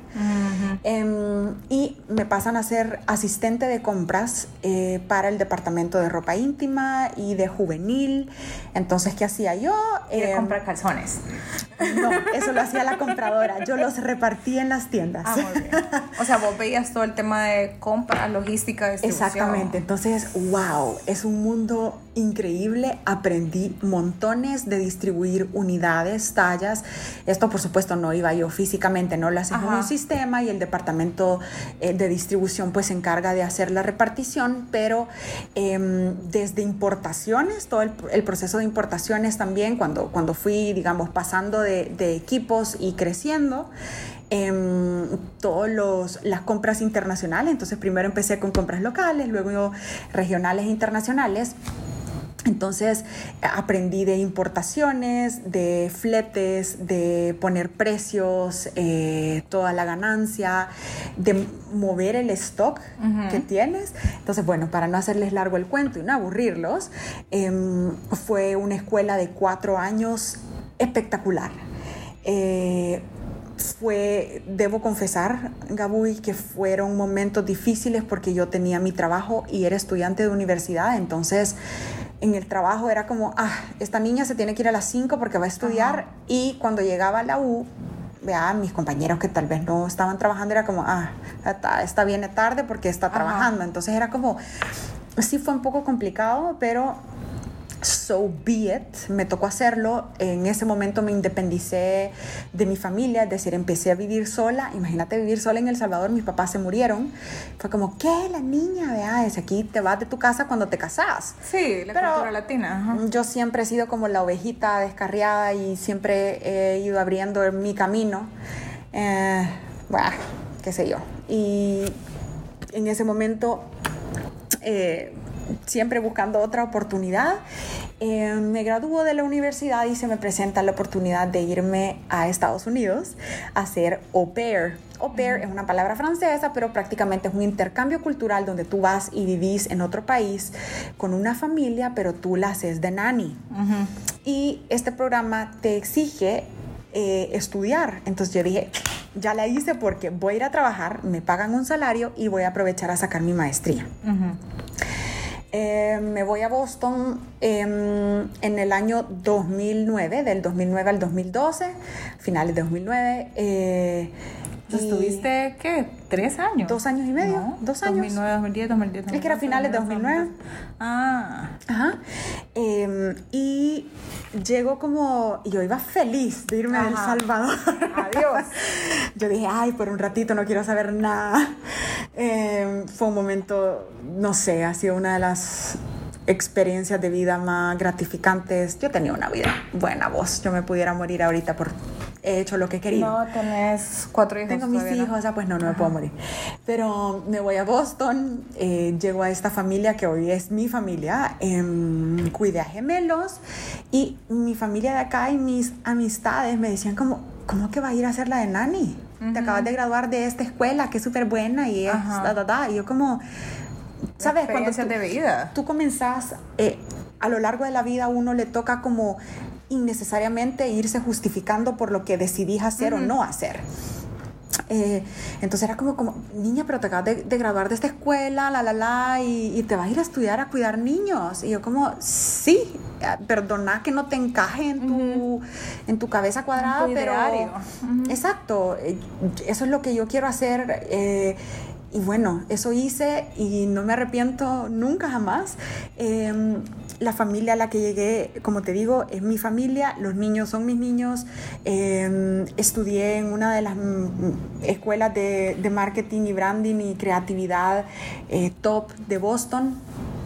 A: Y me pasan a ser asistente de compras para el departamento de ropa íntima y de juvenil. Entonces, ¿qué hacía yo?
B: ¿Y de comprar calzones?
A: No, eso lo hacía la compradora. Yo los repartía en las tiendas.
B: Ah, muy bien. O sea, vos veías todo el tema de compra, logística, distribución.
A: Exactamente. Entonces, wow, es un mundo increíble. Aprendí montones de distribuir unidades, tallas. Esto, por supuesto, no iba yo físicamente, no lo hacemos en un sistema y el departamento de distribución pues se encarga de hacer la repartición, pero desde importaciones, todo el proceso de importaciones también, cuando fui, digamos, pasando de equipos y creciendo, las compras internacionales. Entonces primero empecé con compras locales, luego regionales e internacionales. Entonces aprendí de importaciones, de fletes, de poner precios, toda la ganancia, de mover el stock que tienes. Entonces, bueno, para no hacerles largo el cuento y no aburrirlos, fue una escuela de 4 años espectacular. Debo confesar, Gabuy, que fueron momentos difíciles porque yo tenía mi trabajo y era estudiante de universidad. Entonces en el trabajo era como, esta niña se tiene que ir a las 5 porque va a estudiar. Y cuando llegaba a la U, mis compañeros que tal vez no estaban trabajando, era como, esta viene tarde porque está trabajando. Entonces era como, sí fue un poco complicado, pero so be it, me tocó hacerlo. En ese momento me independicé de mi familia, es decir, empecé a vivir sola. Imagínate vivir sola en El Salvador, mis papás se murieron. Fue como, ¿qué? La niña, es aquí te vas de tu casa cuando te casás.
B: Sí, la cultura latina.
A: Yo siempre he sido como la ovejita descarriada y siempre he ido abriendo mi camino. Qué sé yo. Y en ese momento siempre buscando otra oportunidad, me gradúo de la universidad y se me presenta la oportunidad de irme a Estados Unidos a hacer au pair. Au pair es una palabra francesa, pero prácticamente es un intercambio cultural donde tú vas y vivís en otro país con una familia, pero tú la haces de nanny. Y este programa te exige estudiar. Entonces yo dije, ya la hice porque voy a ir a trabajar, me pagan un salario y voy a aprovechar a sacar mi maestría. Me voy a Boston en el año 2009, del 2009 al 2012, finales de 2009.
B: Entonces, ¿tuviste qué? ¿3 años?
A: 2 años y medio.
B: No,
A: 2 años.
B: 2009, 2010, 2010.
A: Es que era finales de 2009. Y llego como... Yo iba feliz de irme a El Salvador.
B: Adiós.
A: Yo dije, por un ratito no quiero saber nada. Fue un momento, no sé, ha sido una de las experiencias de vida más gratificantes. Yo tenía una vida buena, yo me pudiera morir ahorita por... He hecho lo que quería.
B: No, tenés 4 hijos.
A: Tengo mis hijos, pues no me puedo morir. Pero me voy a Boston, llego a esta familia que hoy es mi familia, cuidé a gemelos y mi familia de acá y mis amistades me decían ¿cómo que va a ir a hacer la de nanny? Te acabas de graduar de esta escuela que es súper buena y es y yo como... ¿Sabes? Cuando tú comenzás, a lo largo de la vida a uno le toca como innecesariamente irse justificando por lo que decidís hacer o no hacer. Entonces era como niña, pero te acabas de graduar de esta escuela, y te vas a ir a estudiar a cuidar niños. Y yo como, sí, perdona que no te encaje en tu cabeza cuadrada, pero... Exacto, eso es lo que yo quiero hacer. Y bueno, eso hice y no me arrepiento nunca jamás. La familia a la que llegué, como te digo, es mi familia, los niños son mis niños. Estudié en una de las escuelas de marketing y branding y creatividad top de Boston.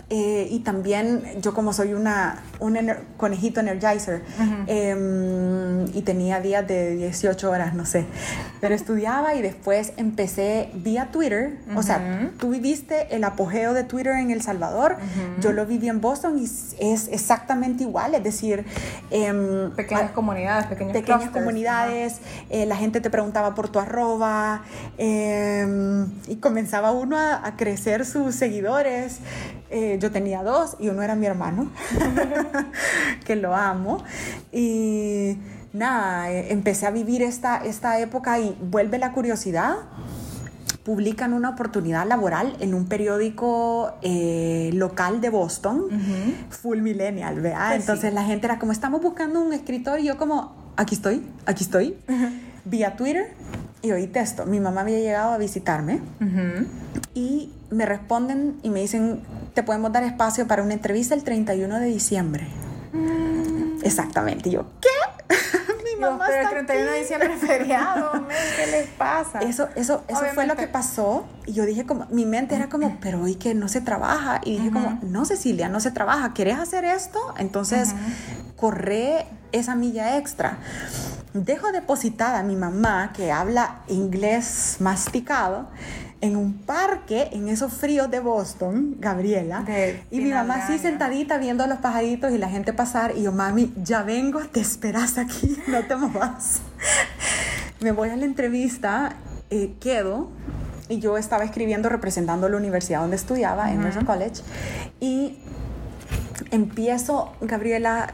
A: y también yo como soy un conejito energizer, y tenía días de 18 horas, no sé, pero estudiaba y después empecé vía Twitter. O sea, tú viviste el apogeo de Twitter en El Salvador, yo lo viví en Boston y es exactamente igual, es decir,
B: pequeñas comunidades,
A: pequeñas comunidades, la gente te preguntaba por tu arroba, y comenzaba uno a crecer sus seguidores. Yo tenía 2 y uno era mi hermano, que lo amo. Y nada, empecé a vivir esta época y vuelve la curiosidad. Publican una oportunidad laboral en un periódico local de Boston, full millennial, ¿verdad? Pues entonces sí. La gente era como, estamos buscando un escritor, y yo como, aquí estoy, vía Twitter, y oí texto. Mi mamá había llegado a visitarme, y me responden y me dicen, te podemos dar espacio para una entrevista el 31 de diciembre. Exactamente. Y yo, ¿qué? Mi mamá
B: pero
A: está
B: el 31 de diciembre es feriado, ¿qué les pasa?
A: Eso fue lo que pasó. Y yo dije como, mi mente era como, pero hoy que no se trabaja. Y dije como, no, Cecilia, no se trabaja. ¿Querés hacer esto? Entonces, corré esa milla extra. Dejo depositada a mi mamá, que habla inglés masticado, en un parque, en esos fríos de Boston, Gabriela, y mi mamá así sentadita viendo a los pajaritos y la gente pasar, y yo, mami, ya vengo, te esperas aquí, no te movas. Me voy a la entrevista, quedo, y yo estaba escribiendo representando la universidad donde estudiaba, Emerson College, y empiezo, Gabriela,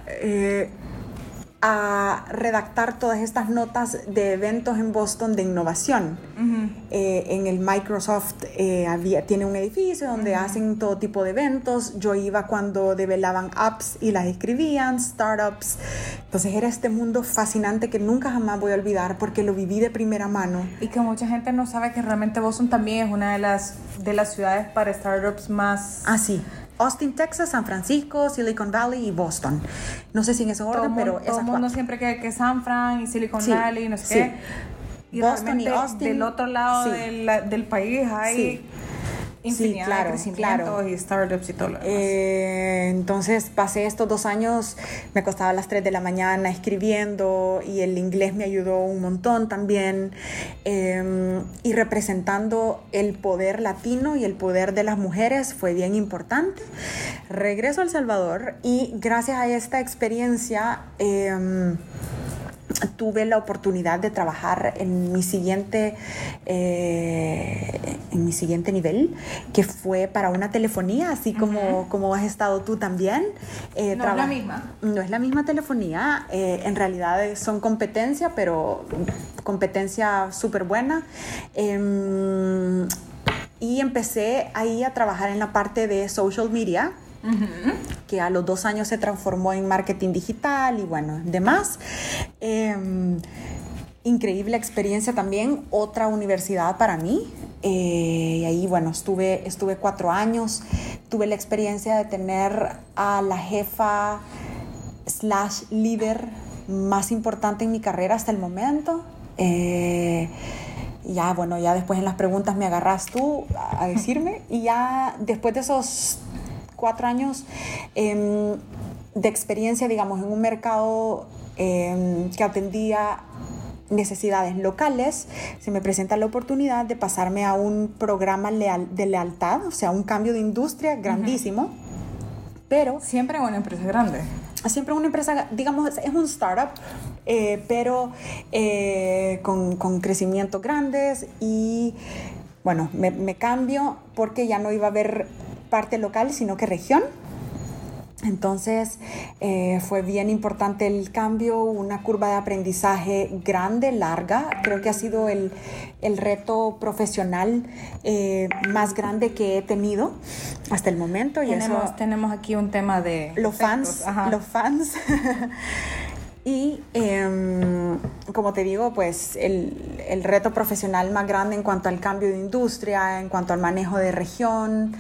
A: a redactar todas estas notas de eventos en Boston de innovación. En el Microsoft tiene un edificio donde hacen todo tipo de eventos. Yo iba cuando develaban apps y las escribían, startups. Entonces era este mundo fascinante que nunca jamás voy a olvidar porque lo viví de primera mano.
B: Y que mucha gente no sabe que realmente Boston también es una de las ciudades para startups más...
A: Ah, sí. Austin, Texas, San Francisco, Silicon Valley y Boston. No sé si en ese orden, pero
B: todo el mundo siempre que San Fran y Silicon Valley, no sé qué. Y
A: Boston y Austin.
B: Del otro lado del país hay infinidad de crecimientos y startups y todo lo demás.
A: Entonces pasé estos 2 años, me acostaba a las 3 de la mañana escribiendo, y el inglés me ayudó un montón también, y representando el poder latino y el poder de las mujeres fue bien importante. Regreso a El Salvador y gracias a esta experiencia tuve la oportunidad de trabajar en mi siguiente nivel, que fue para una telefonía, así como has estado tú también.
B: No es la misma.
A: No es la misma telefonía, en realidad son competencia, pero competencia súper buena. Y empecé ahí a trabajar en la parte de social media, que a los 2 años se transformó en marketing digital y bueno, demás. Increíble experiencia también, otra universidad para mí. Y ahí, bueno, estuve 4 años. Tuve la experiencia de tener a la jefa / líder más importante en mi carrera hasta el momento. Ya, bueno, ya después en las preguntas me agarras tú a decirme. Y ya después de esos 4 años de experiencia, digamos, en un mercado que atendía necesidades locales, se me presenta la oportunidad de pasarme a un programa de lealtad, o sea, un cambio de industria grandísimo, pero...
B: Siempre en una empresa grande.
A: Siempre en una empresa, digamos, es un startup, pero con crecimientos grandes y, bueno, me cambio porque ya no iba a haber parte local, sino que región. Entonces fue bien importante el cambio, una curva de aprendizaje grande, larga. Creo que ha sido el reto profesional más grande que he tenido hasta el momento. Y
B: tenemos aquí un tema de
A: los fans. Y como te digo, pues el reto profesional más grande en cuanto al cambio de industria, en cuanto al manejo de región.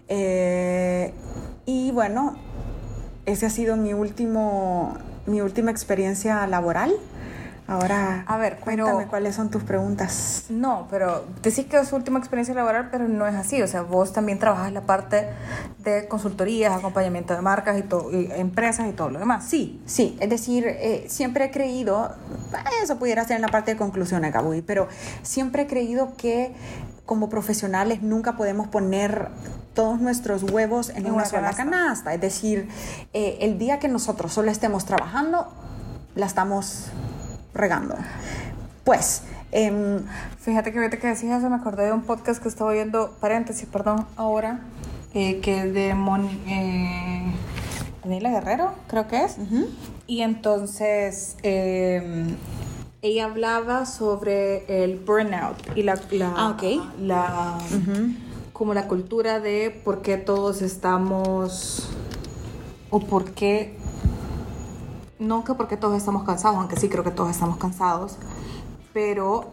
A: Y bueno, esa ha sido mi última experiencia laboral. Ahora,
B: A ver,
A: cuéntame cuáles son tus preguntas.
B: No, pero decís que es su última experiencia laboral, pero no es así. O sea, vos también trabajas la parte de consultorías, acompañamiento de marcas y empresas y todo lo demás.
A: Sí, sí. Es decir, siempre he creído, eso pudiera ser en la parte de conclusiones, Gaby, pero siempre he creído que como profesionales nunca podemos poner todos nuestros huevos en una sola canasta. Es decir, el día que nosotros solo estemos trabajando, la estamos regando. Pues,
B: fíjate que ahorita que decías eso me acordé de un podcast que estaba viendo, paréntesis, perdón, ahora, que es de Daniela Guerrero, creo que es.
A: uh-huh.
B: Y entonces ella hablaba sobre el burnout y
A: uh-huh.
B: como la cultura de por qué todos estamos, o por qué, no que porque todos estamos cansados, aunque sí creo que todos estamos cansados, pero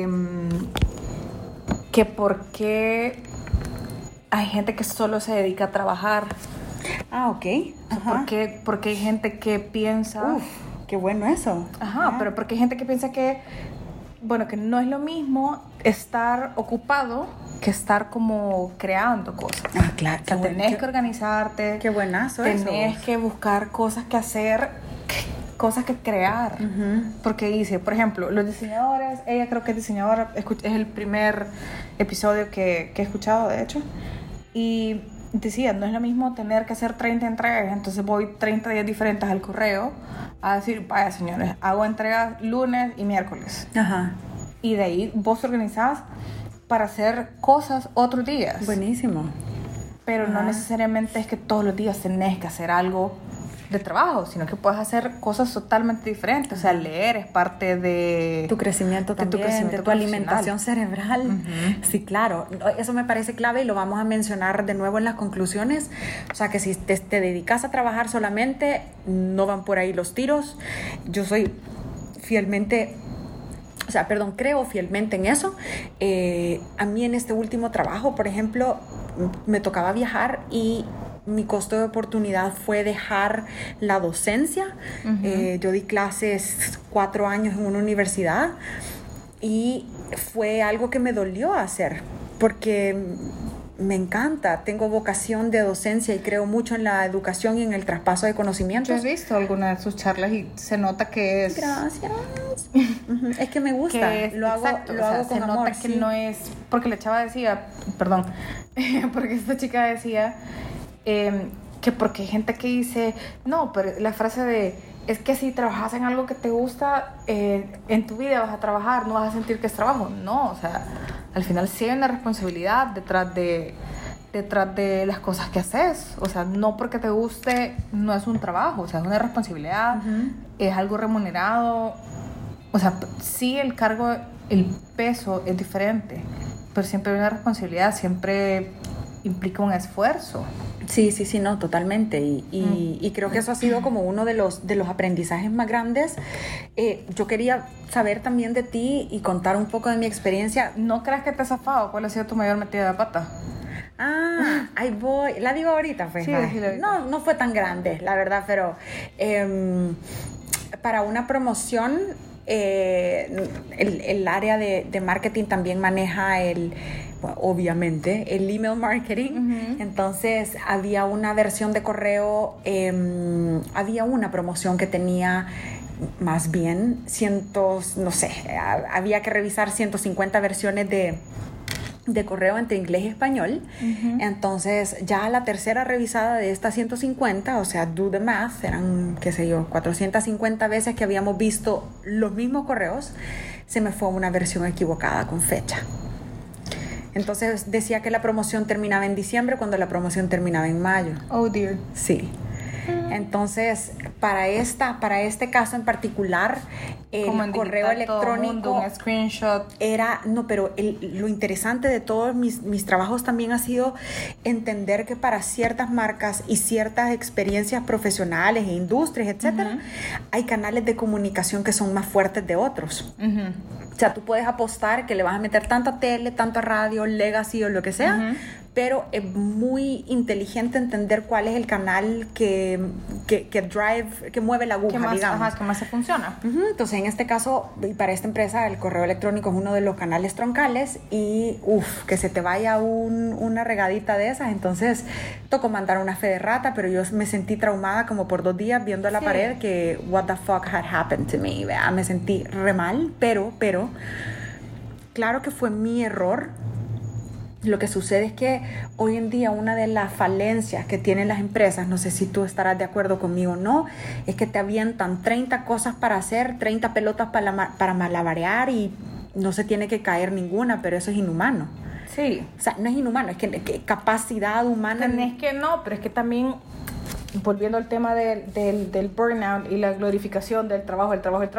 B: que por qué hay gente que solo se dedica a trabajar.
A: Ok.
B: Porque hay gente que piensa...
A: Uf, qué bueno eso.
B: Ajá, pero porque hay gente que piensa que, bueno, que no es lo mismo estar ocupado que estar como creando cosas.
A: Ah, claro.
B: O sea, tenés que organizarte.
A: Qué buenazo eso.
B: Tenés que buscar cosas que hacer, cosas que crear.
A: Uh-huh.
B: Porque dice, por ejemplo, los diseñadores, ella creo que es diseñadora, es el primer episodio que he escuchado, de hecho, y decía, no es lo mismo tener que hacer 30 entregas, entonces voy 30 días diferentes al correo a decir, vaya señores, hago entregas lunes y miércoles.
A: Ajá.
B: Y de ahí vos te organizás para hacer cosas otros días.
A: Buenísimo.
B: Pero no necesariamente es que todos los días tenés que hacer algo de trabajo, sino que puedes hacer cosas totalmente diferentes. O sea, leer es parte de
A: tu crecimiento también, de tu alimentación cerebral.
B: Uh-huh.
A: Sí, claro. Eso me parece clave y lo vamos a mencionar de nuevo en las conclusiones. O sea, que si te dedicas a trabajar solamente, no van por ahí los tiros. Yo soy creo fielmente en eso. A mí en este último trabajo, por ejemplo, me tocaba viajar y mi costo de oportunidad fue dejar la docencia.
B: Uh-huh.
A: Yo di clases 4 años en una universidad y fue algo que me dolió hacer porque me encanta, tengo vocación de docencia y creo mucho en la educación y en el traspaso de conocimientos.
B: Yo he visto algunas de sus charlas y se nota que es...
A: Gracias. Es que me gusta, lo hago con
B: se
A: amor.
B: Nota que no es... Porque la chava decía, perdón, porque esta chica decía que porque hay gente que dice, no, pero la frase de, es que si trabajas en algo que te gusta, en tu vida vas a trabajar, no vas a sentir que es trabajo. No, o sea, al final sí hay una responsabilidad detrás de las cosas que haces. O sea, no porque te guste no es un trabajo, o sea, es una responsabilidad,
A: uh-huh.
B: Es algo remunerado. O sea, sí el cargo, el peso es diferente, pero siempre hay una responsabilidad, siempre implica un esfuerzo.
A: Sí, no, totalmente. Y creo que eso ha sido como uno de los aprendizajes más grandes. Yo quería saber también de ti y contar un poco de mi experiencia.
B: ¿No crees que te has zafado? ¿Cuál ha sido tu mayor metida de pata?
A: Ahí voy. La digo ahorita, pues.
B: Sí,
A: no fue tan grande, la verdad, pero para una promoción, el área de marketing también maneja obviamente el email marketing.
B: Uh-huh.
A: Entonces había una versión de correo, había una promoción que tenía más bien había que revisar 150 versiones de correo entre inglés y español.
B: Uh-huh.
A: Entonces ya la tercera revisada de estas 150, o sea, do the math, eran, 450 veces que habíamos visto los mismos correos, se me fue una versión equivocada con fecha. Entonces decía que la promoción terminaba en diciembre cuando la promoción terminaba en mayo.
B: Oh dear.
A: Sí. Entonces, para este caso en particular, el correo electrónico,
B: un screenshot
A: era, no, pero lo interesante de todos mis trabajos también ha sido entender que para ciertas marcas y ciertas experiencias profesionales e industrias, etcétera, uh-huh. hay canales de comunicación que son más fuertes de otros.
B: Uh-huh.
A: O sea, tú puedes apostar que le vas a meter tanta tele, tanta radio, legacy o lo que sea, uh-huh. pero es muy inteligente entender cuál es el canal que mueve la aguja, digamos.
B: Ajá, que más se funciona.
A: Entonces, en este caso, y para esta empresa, el correo electrónico es uno de los canales troncales y, que se te vaya una regadita de esas. Entonces, tocó mandar una fe de rata, pero yo me sentí traumada como por 2 días viendo a la pared que what the fuck had happened to me. ¿Vea? Me sentí re mal, pero, claro que fue mi error. Lo que sucede es que hoy en día una de las falencias que tienen las empresas, no sé si tú estarás de acuerdo conmigo o no, es que te avientan 30 cosas para hacer, 30 pelotas para malabarear y no se tiene que caer ninguna, pero eso es inhumano.
B: Sí.
A: O sea, no es inhumano, es que capacidad humana...
B: Es que no, pero es que también, volviendo al tema del burnout y la glorificación del trabajo,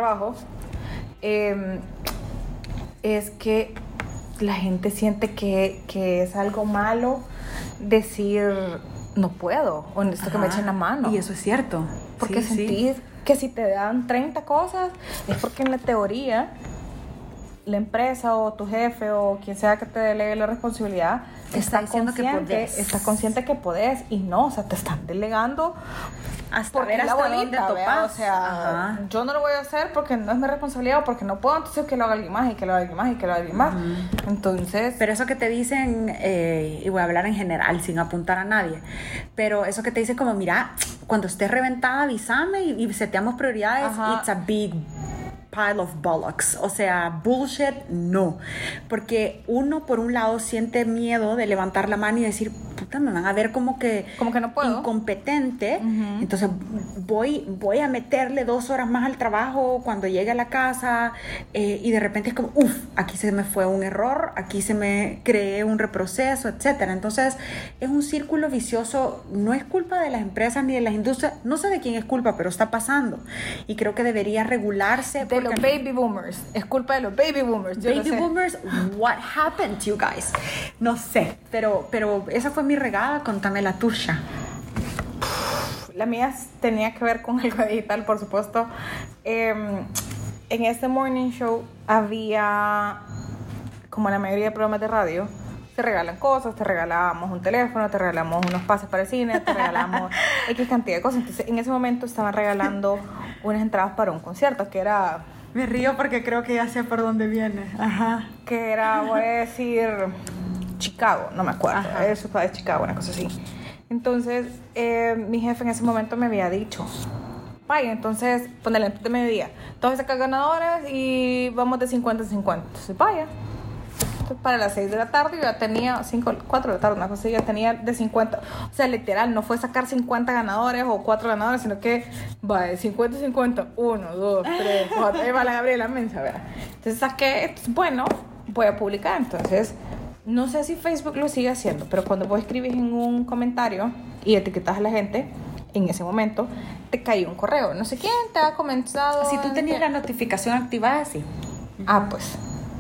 B: es que la gente siente que es algo malo decir no puedo o necesito que me echen la mano.
A: Y eso es cierto.
B: Porque sentís que si te dan 30 cosas es porque en la teoría la empresa o tu jefe o quien sea que te delegue la responsabilidad está consciente que podés y no, o sea, te están delegando
A: hasta ver hasta dónde topas.
B: O sea, yo no lo voy a hacer porque no es mi responsabilidad o porque no puedo, entonces que lo haga alguien más y que lo haga alguien más y que lo haga alguien más. Entonces,
A: pero eso que te dicen, y voy a hablar en general sin apuntar a nadie, pero eso que te dicen como, mira, cuando estés reventada avísame y seteamos prioridades. It's a big pile of bollocks, o sea, bullshit, no, porque uno por un lado siente miedo de levantar la mano y decir, puta, me van a ver como que
B: no puedo,
A: incompetente, entonces voy a meterle 2 horas más al trabajo cuando llegue a la casa, y de repente es como, aquí se me fue un error, aquí se me creé un reproceso, etcétera. Entonces es un círculo vicioso, no es culpa de las empresas ni de las industrias, no sé de quién es culpa, pero está pasando y creo que debería regularse.
B: De los baby boomers, es culpa de los baby boomers.
A: Baby boomers, what happened to you guys? No sé, pero esa fue mi regada, contame la tuya.
B: La mía tenía que ver con algo digital, por supuesto. En este morning show había, como la mayoría de programas de radio, te regalan cosas, te regalamos un teléfono, te regalamos unos pases para el cine, te regalamos X cantidad de cosas. Entonces, en ese momento estaban regalando unas entradas para un concierto que era...
A: Me río porque creo que ya sé por dónde viene.
B: Que era, voy a decir, Chicago, no me acuerdo. Eso fue de Chicago, una cosa así. Entonces, mi jefe en ese momento me había dicho, vaya, entonces, ponele antes de mediodía, todos sacan ganadores y vamos de 50 en 50. Entonces, vaya. Entonces, para las 6 de la tarde yo ya tenía 4 de la tarde, una cosa así, ya tenía de 50. O sea, literal, no fue sacar 50 ganadores o 4 ganadores, sino que va de 50 en 50. 1, 2, 3, 4. Ahí va la Gabriela Mensa, ¿verdad? Entonces saqué, bueno, voy a publicar. Entonces, no sé si Facebook lo sigue haciendo, pero cuando vos escribís en un comentario y etiquetas a la gente, en ese momento te cae un correo. No sé quién te ha comentado.
A: Si tú tenías la notificación activada, sí.
B: Pues.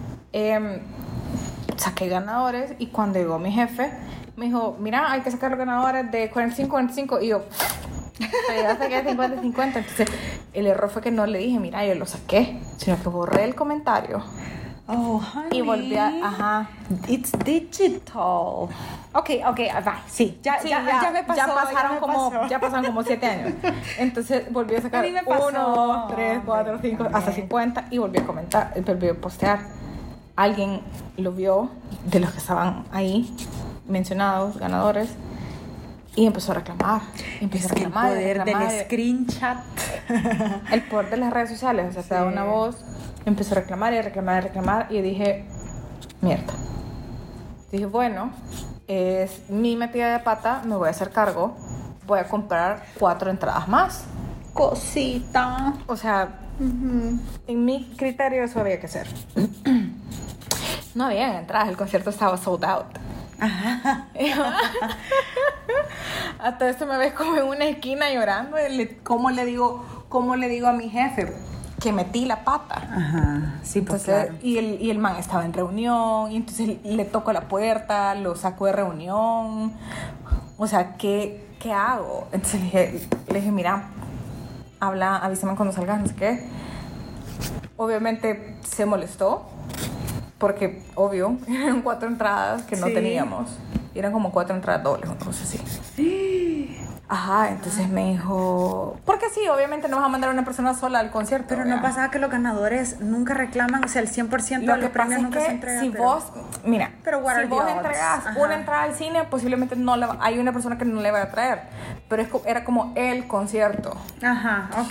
B: Saqué ganadores y cuando llegó mi jefe me dijo, mira, hay que sacar los ganadores de 45-45 y yo, pero ya saqué 50-50. Entonces el error fue que no le dije, mira, yo lo saqué, sino que borré el comentario.
A: Oh, honey.
B: Y volví a...
A: It's digital. Ok, va. Sí, ya me pasó.
B: Ya pasaron como 7 años. Entonces volví a sacar 1, 2, 3, 4, 5, hasta 50 y volví a comentar, volví a postear. Alguien lo vio, de los que estaban ahí mencionados, ganadores, y empezó a reclamar.
A: El poder del screenshot.
B: El poder de las redes sociales, o sea, te da una voz. Empezó a reclamar y dije, mierda. Dije, bueno, es mi metida de pata, me voy a hacer cargo, voy a comprar 4 entradas más.
A: Cosita.
B: O sea, en mi criterio eso había que ser. No había entradas, el concierto estaba sold out. Hasta esto me ves como en una esquina llorando. ¿Cómo le digo a mi jefe que metí la pata?
A: Sí, pues
B: entonces,
A: claro.
B: Y el man estaba en reunión, y entonces le toco la puerta, lo saco de reunión. O sea, ¿qué hago? Entonces le dije, mira, avísame cuando salgas, no sé qué. Obviamente se molestó, porque obvio, eran 4 entradas que no teníamos. Y eran como 4 entradas dobles, una cosa así. Ajá, entonces me dijo, porque sí, obviamente no vas a mandar a una persona sola al concierto.
A: Pero no pasaba que los ganadores nunca reclaman, o sea, el 100% de los premios nunca se entregan.
B: Si vos, mira,
A: pero
B: si vos entregas una entrada al cine, posiblemente no hay una persona que no le va a traer, pero era como el concierto.
A: Ajá, ok.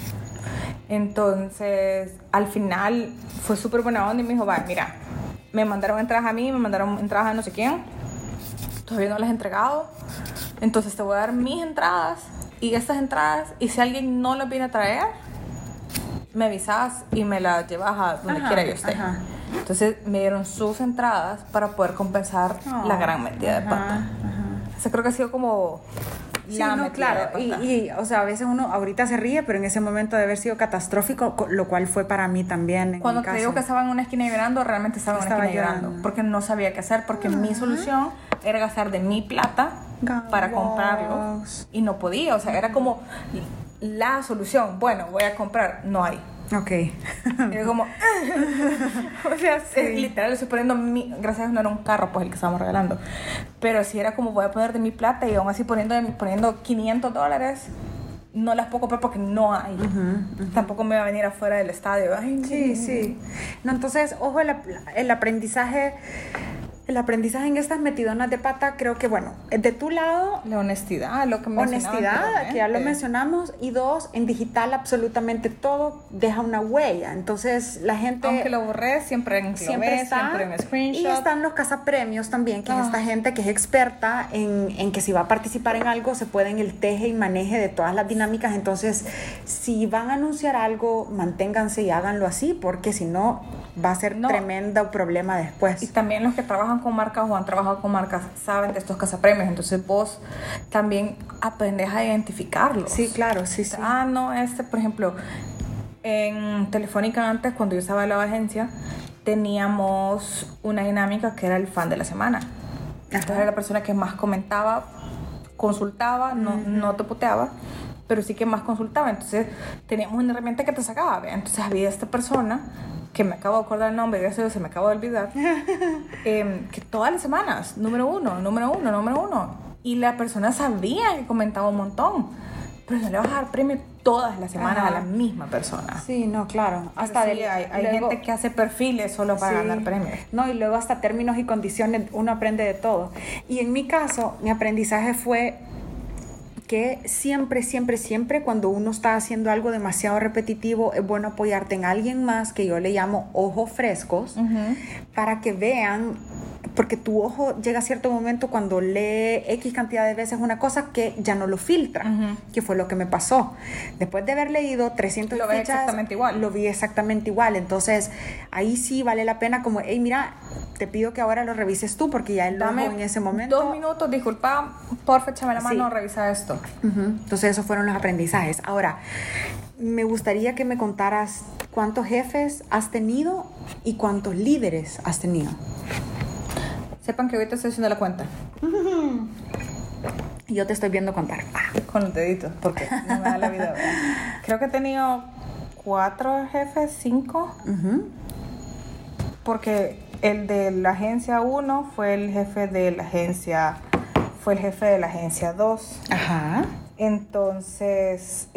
B: Entonces, al final fue súper buena onda y me dijo, va, mira, me mandaron entradas a mí, me mandaron entradas a no sé quién, todavía no las he entregado, entonces te voy a dar mis entradas y estas entradas, y si alguien no las viene a traer, me avisas y me las llevas a donde quiera yo esté. Ajá. Entonces me dieron sus entradas para poder compensar la gran metida de pata. O sea, creo que ha sido como...
A: Sí, no, claro, y o sea, a veces uno ahorita se ríe, pero en ese momento debe haber sido catastrófico, lo cual fue para mí también.
B: Cuando te digo que estaba en una esquina llorando, realmente estaba en una esquina llorando, porque no sabía qué hacer, porque mi solución era gastar de mi plata para comprarlos, y no podía, o sea, era como la solución, bueno, voy a comprar, no hay.
A: Ok.
B: Era como... o sea, sí. Literal, estoy poniendo gracias a Dios no era un carro, pues, el que estábamos regalando. Pero sí era como, voy a poner de mi plata, y aún así poniendo $500, no las puedo comprar porque no hay. Tampoco me va a venir afuera del estadio. Ay,
A: sí. No, entonces, ojo, el aprendizaje... El aprendizaje en estas metidonas de pata, creo que, bueno, de tu lado...
B: La honestidad, lo que mencionamos.
A: Honestidad, que ya lo mencionamos. Y 2, en digital absolutamente todo deja una huella. Entonces, la gente...
B: Aunque lo borré, siempre está, siempre en screenshot.
A: Y están los cazapremios también, que es esta gente que es experta en que si va a participar en algo, se puede en el teje y maneje de todas las dinámicas. Entonces, si van a anunciar algo, manténganse y háganlo así, porque si no, va a ser tremendo problema después.
B: Y también los que trabajan con marcas o han trabajado con marcas saben de estos cazapremios, entonces vos también aprendes a identificarlos.
A: Sí, claro, sí.
B: No, por ejemplo, en Telefónica antes, cuando yo estaba en la agencia, teníamos una dinámica que era el fan de la semana. Entonces era la persona que más comentaba, consultaba, no te puteaba, pero sí que más consultaba. Entonces teníamos una herramienta que te sacaba, ¿ve? Entonces había esta persona que me acabo de acordar el nombre, gracias a Dios se me acabo de olvidar, que todas las semanas, número uno, y la persona sabía que comentaba un montón, pero no le vas a dar premio todas las semanas a la misma persona.
A: Sí, no, claro.
B: Hasta sí, hay luego, gente que hace perfiles solo para ganar premios.
A: No, y luego hasta términos y condiciones uno aprende de todo. Y en mi caso, mi aprendizaje fue que siempre cuando uno está haciendo algo demasiado repetitivo, es bueno apoyarte en alguien más, que yo le llamo ojos frescos, para que vean, porque tu ojo llega a cierto momento cuando lee X cantidad de veces una cosa que ya no lo filtra, que fue lo que me pasó. Después de haber leído 300
B: lo
A: fichas, lo vi exactamente igual. Entonces, ahí sí vale la pena como, hey, mira, te pido que ahora lo revises tú, porque ya el ojo en ese momento...
B: 2 minutos, disculpa, porfa, échame la mano, revisa esto.
A: Entonces, esos fueron los aprendizajes. Ahora, me gustaría que me contaras cuántos jefes has tenido y cuántos líderes has tenido.
B: Sepan que ahorita estoy haciendo la cuenta.
A: Y yo te estoy viendo contar.
B: Con los deditos, porque no me da la vida. Creo que he tenido 4 jefes, 5. Porque el de la agencia 1 fue el jefe de la agencia... Fue el jefe de la agencia 2.
A: Ajá.
B: Entonces,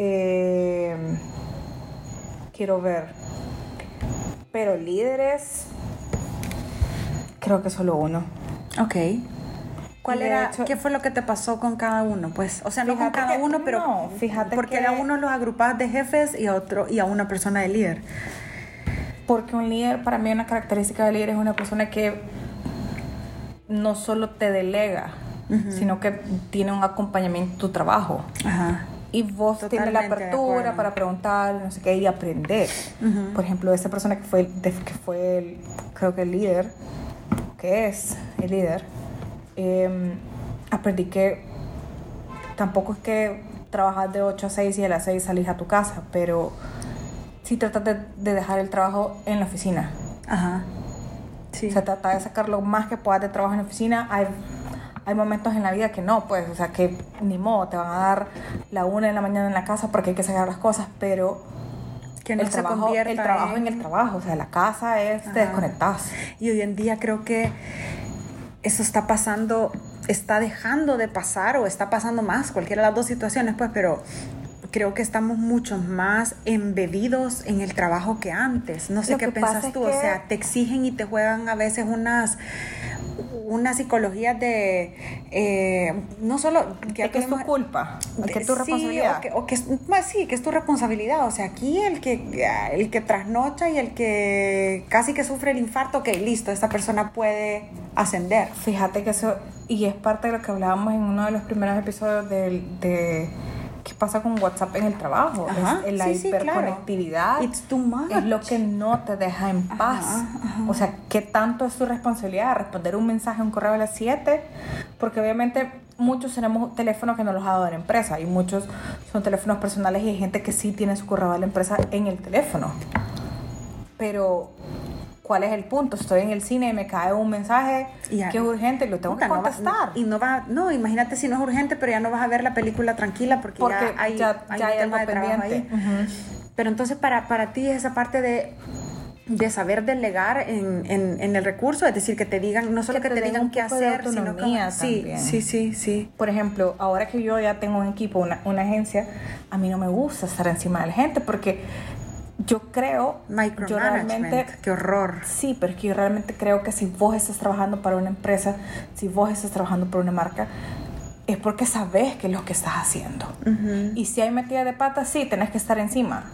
B: quiero ver. Pero líderes, creo que solo 1.
A: Ok. ¿Cuál era? Hecho, ¿qué fue lo que te pasó con cada uno? Pues, o sea, no con cada uno, pero
B: no, fíjate
A: porque
B: que
A: a uno los agrupabas de jefes y a una persona de líder.
B: Porque un líder, para mí una característica de líder es una persona que no solo te delega, sino que tiene un acompañamiento en tu trabajo. Y vos tienes la apertura para preguntar, no sé qué, y aprender. Por ejemplo, esta persona que fue creo que el líder, que es el líder, aprendí que tampoco es que trabajas de 8 a 6 y a las 6 salís a tu casa, pero sí tratas de dejar el trabajo en la oficina. Sí. O sea, trata de sacar lo más que puedas de trabajo en la oficina. Hay momentos en la vida que no, pues, o sea, que ni modo, te van a dar la 1 de la mañana en la casa porque hay que sacar las cosas, pero
A: que no se convierta
B: el trabajo en el trabajo, o sea, la casa es, te desconectas.
A: Y hoy en día creo que eso está pasando está dejando de pasar o está pasando más, cualquiera de las dos situaciones, pues, pero creo que estamos mucho más embebidos en el trabajo que antes. No sé qué piensas tú, o sea, te exigen y te juegan a veces unas psicologías de no solo
B: que es tu culpa, que es tu responsabilidad,
A: que es tu responsabilidad. O sea, aquí el que trasnocha y el que casi que sufre el infarto, ok, listo, esta persona puede ascender.
B: Fíjate que eso, y es parte de lo que hablábamos en uno de los primeros episodios de ¿qué pasa con WhatsApp en el trabajo?
A: Ajá,
B: es la hiperconectividad.
A: Claro. It's too much.
B: Es lo que no te deja en paz. Ajá. O sea, ¿qué tanto es tu responsabilidad responder un mensaje, un correo a las 7? Porque obviamente muchos tenemos teléfonos que no los ha dado la empresa y muchos son teléfonos personales y hay gente que sí tiene su correo de la empresa en el teléfono. Pero ¿cuál es el punto? Estoy en el cine y me cae un mensaje que es urgente y lo tengo que contestar.
A: Imagínate si no es urgente, pero ya no vas a ver la película tranquila porque ya hay un tema de trabajo ahí. Uh-huh. Pero entonces para ti esa parte de saber delegar en el recurso, es decir, que te digan, no solo que te digan qué hacer, sino que sí.
B: Por ejemplo, ahora que yo ya tengo un equipo, una agencia, a mí no me gusta estar encima de la gente porque yo creo,
A: micromanagement, qué horror.
B: Sí, pero es que yo realmente creo que si vos estás trabajando para una empresa, si vos estás trabajando para una marca, es porque sabes qué es lo que estás haciendo. Uh-huh. Y si hay metida de pata, sí, tenés que estar encima.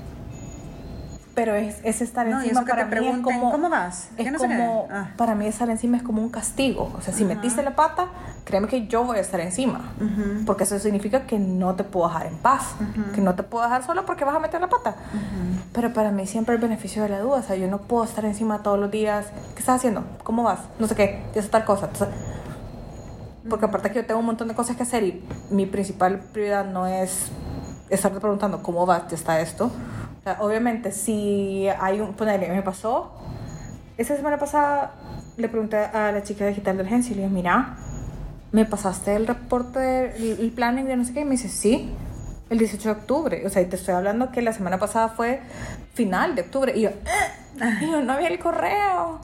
B: Pero es estar encima para mí es como...
A: ¿Cómo vas?
B: Para mí estar encima es como un castigo. O sea, si metiste la pata, créeme que yo voy a estar encima. Uh-huh. Porque eso significa que no te puedo dejar en paz. Uh-huh. Que no te puedo dejar solo porque vas a meter la pata. Uh-huh. Pero para mí siempre el beneficio de la duda. O sea, yo no puedo estar encima todos los días. ¿Qué estás haciendo? ¿Cómo vas? No sé qué. Y eso tal cosa. Entonces, porque aparte que yo tengo un montón de cosas que hacer y mi principal prioridad no es estarte preguntando ¿cómo vas? ¿Ya está esto? O sea, obviamente, si hay ponele, me pasó, esa semana pasada le pregunté a la chica digital de la agencia y le dije, mira, ¿me pasaste el reporte, el planning de no sé qué? Y me dice, sí, el 18 de octubre. O sea, y te estoy hablando que la semana pasada fue final de octubre. Y yo no había el correo,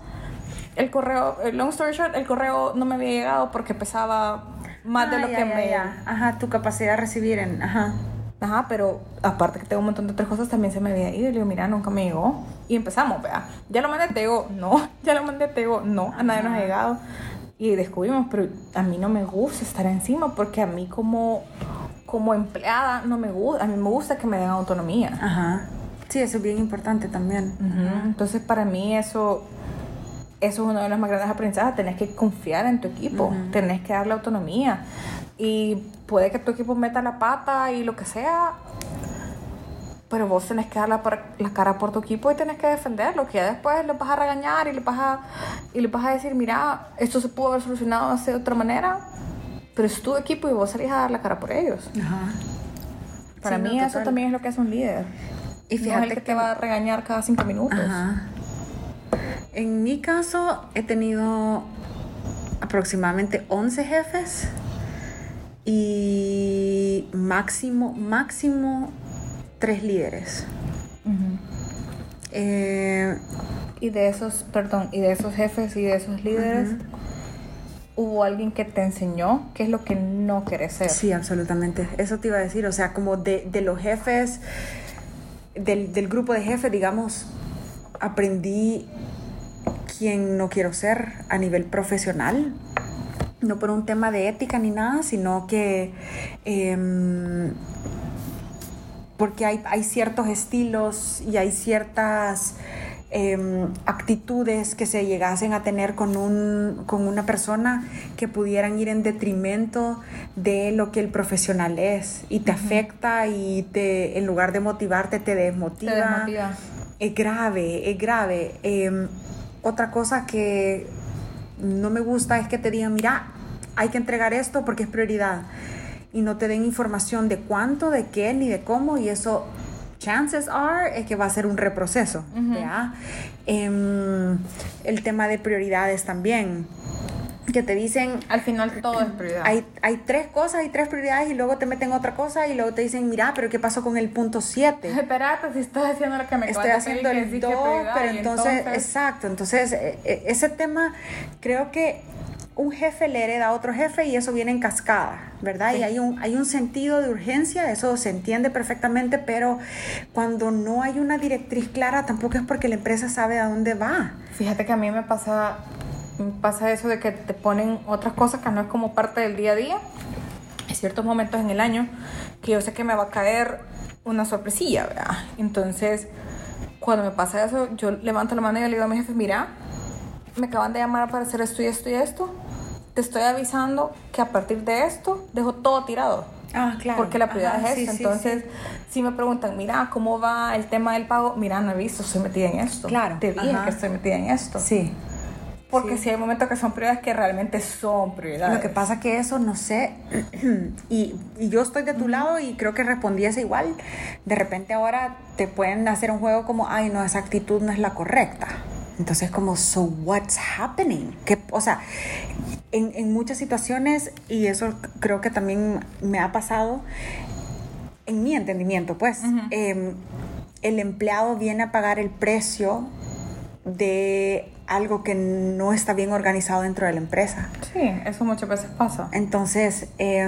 B: long story short, el correo no me había llegado porque pesaba más de lo que me...
A: Ajá, tu capacidad de recibir
B: Ajá, pero aparte que tengo un montón de otras cosas, también se me había ido. Y le digo, mira, nunca me llegó. Y empezamos, vea. Ya lo mandé, te digo, no. Ya lo mandé, te digo, no. A nadie nos ha llegado. Y descubrimos, pero a mí no me gusta estar encima porque a mí como empleada no me gusta. A mí me gusta que me den autonomía.
A: Ajá. Sí, eso es bien importante también.
B: Uh-huh. Entonces, para mí eso es uno de los más grandes aprendizajes. Tenés que confiar en tu equipo. Uh-huh. Tenés que darle autonomía. Y puede que tu equipo meta la pata y lo que sea, pero vos tenés que dar la cara por tu equipo y tenés que defenderlo, que ya después les vas a regañar y les vas a decir, mira, esto se pudo haber solucionado de otra manera, pero es tu equipo y vos salís a dar la cara por ellos.
A: Ajá.
B: Para mí eso también es lo que es un líder. Y fíjate, no es el que te va a regañar cada 5 minutos.
A: Ajá. En mi caso he tenido aproximadamente 11 jefes y máximo 3 líderes.
B: Uh-huh. Y de esos jefes y de esos líderes, uh-huh, ¿hubo alguien que te enseñó qué es lo que no querés ser?
A: Sí, absolutamente. Eso te iba a decir. O sea, como de los jefes, del grupo de jefes, digamos, aprendí quién no quiero ser a nivel profesional. No por un tema de ética ni nada, sino que porque hay ciertos estilos y hay ciertas actitudes que se llegasen a tener con una persona que pudieran ir en detrimento de lo que el profesional es y te, uh-huh, afecta y en lugar de motivarte te desmotiva. Es grave. Otra cosa que no me gusta es que te digan, mira, hay que entregar esto porque es prioridad y no te den información de cuánto, de qué, ni de cómo, y eso, chances are, es que va a ser un reproceso. Uh-huh. ¿Ya? El tema de prioridades también, que te dicen...
B: Al final todo es prioridad.
A: Hay 3 cosas y 3 prioridades y luego te meten otra cosa y luego te dicen, mira, pero ¿qué pasó con el punto 7?
B: Espérate, si estás haciendo lo que me
A: estoy haciendo el 2, pero entonces, exacto. Entonces, ese tema creo que un jefe le hereda a otro jefe y eso viene en cascada, ¿verdad?
B: Sí.
A: Y hay un sentido de urgencia, eso se entiende perfectamente, pero cuando no hay una directriz clara, tampoco es porque la empresa sabe a dónde va.
B: Fíjate que a mí me pasa eso de que te ponen otras cosas que no es como parte del día a día. Hay ciertos momentos en el año que yo sé que me va a caer una sorpresilla, ¿verdad? Entonces, cuando me pasa eso, yo levanto la mano y le digo a mi jefe, mira, me acaban de llamar para hacer esto y esto y esto. Te estoy avisando que a partir de esto dejo todo tirado.
A: Ah, claro.
B: Porque la prioridad es esto.
A: Sí,
B: Entonces, si me preguntan, mira, ¿cómo va el tema del pago? Mira, no he visto, estoy metida en esto.
A: Claro.
B: Te dije que estoy metida en esto.
A: Sí.
B: Porque sí hay momentos que son prioridades que realmente son prioridades.
A: Lo que pasa es que eso, no sé, y yo estoy de tu lado y creo que respondiese igual. De repente ahora te pueden hacer un juego como, ay, no, esa actitud no es la correcta. Entonces como, so what's happening? O sea, en muchas situaciones, y eso creo que también me ha pasado, en mi entendimiento, pues, el empleado viene a pagar el precio de algo que no está bien organizado dentro de la empresa.
B: Sí, eso muchas veces pasa.
A: Entonces,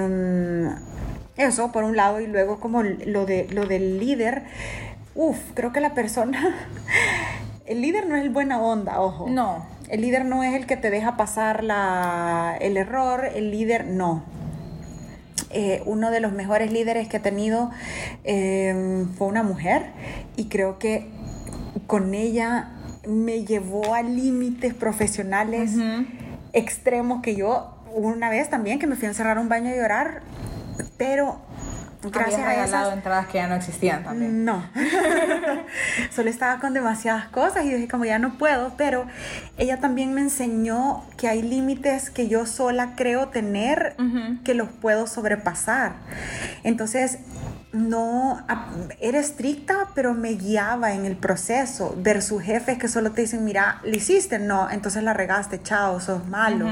A: eso por un lado, y luego como lo del líder, creo que la persona, el líder no es el buena onda, ojo.
B: No.
A: El líder no es el que te deja pasar el error, el líder no. Uno de los mejores líderes que he tenido fue una mujer, y creo que con ella me llevó a límites profesionales extremos que yo, una vez también que me fui a encerrar a un baño a llorar, pero gracias
B: habías
A: a
B: regalado
A: esas
B: entradas que ya no existían también.
A: no. Solo estaba con demasiadas cosas y dije como ya no puedo, pero ella también me enseñó que hay límites que yo sola creo tener, que los puedo sobrepasar. Entonces no era estricta, pero me guiaba en el proceso, versus jefes que solo te dicen, mira, ¿le hiciste? No, entonces la regaste, chao, sos malo.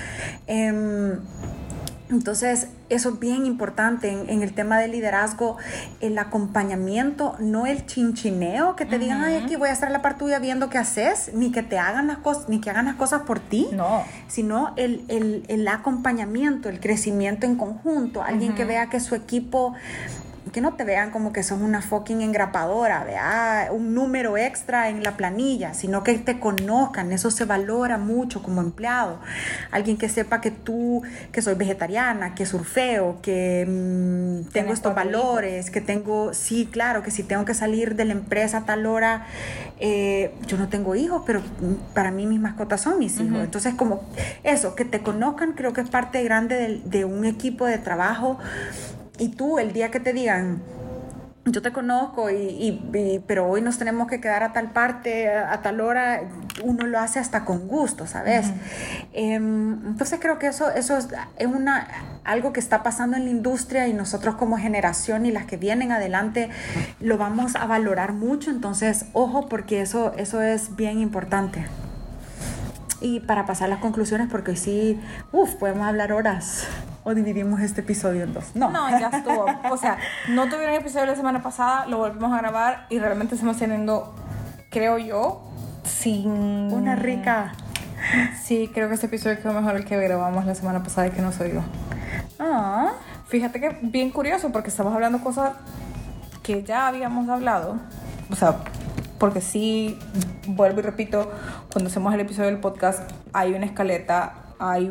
A: Entonces, eso es bien importante en el tema del liderazgo, el acompañamiento, no el chinchineo, que te digan, ay, aquí voy a estar a la par tuya viendo qué haces, ni que te hagan las cosas, ni que hagan las cosas por ti,
B: no,
A: sino el acompañamiento, el crecimiento en conjunto, alguien que vea que su equipo, que no te vean como que sos una fucking engrapadora, vea un número extra en la planilla, sino que te conozcan. Eso se valora mucho como empleado. Alguien que sepa que soy vegetariana, que surfeo, que tengo estos valores, que tengo, sí, claro, que si tengo que salir de la empresa a tal hora, yo no tengo hijos, pero para mí mis mascotas son mis hijos. Entonces, como eso, que te conozcan, creo que es parte grande de un equipo de trabajo. Y tú, el día que te digan, yo te conozco, pero hoy nos tenemos que quedar a tal parte, a tal hora, uno lo hace hasta con gusto, ¿sabes? Entonces creo que eso es algo que está pasando en la industria, y nosotros como generación y las que vienen adelante lo vamos a valorar mucho. Entonces, ojo, porque eso es bien importante. Y para pasar las conclusiones, porque hoy sí, podemos hablar horas. ¿O dividimos este episodio en dos? No,
B: ya estuvo. O sea, no tuvieron episodio la semana pasada, lo volvimos a grabar y realmente estamos teniendo, creo yo,
A: una rica.
B: Sí, creo que este episodio quedó mejor el que grabamos la semana pasada y que no soy yo. Fíjate que bien curioso, porque estamos hablando cosas que ya habíamos hablado. O sea, porque sí, vuelvo y repito, cuando hacemos el episodio del podcast hay una escaleta, hay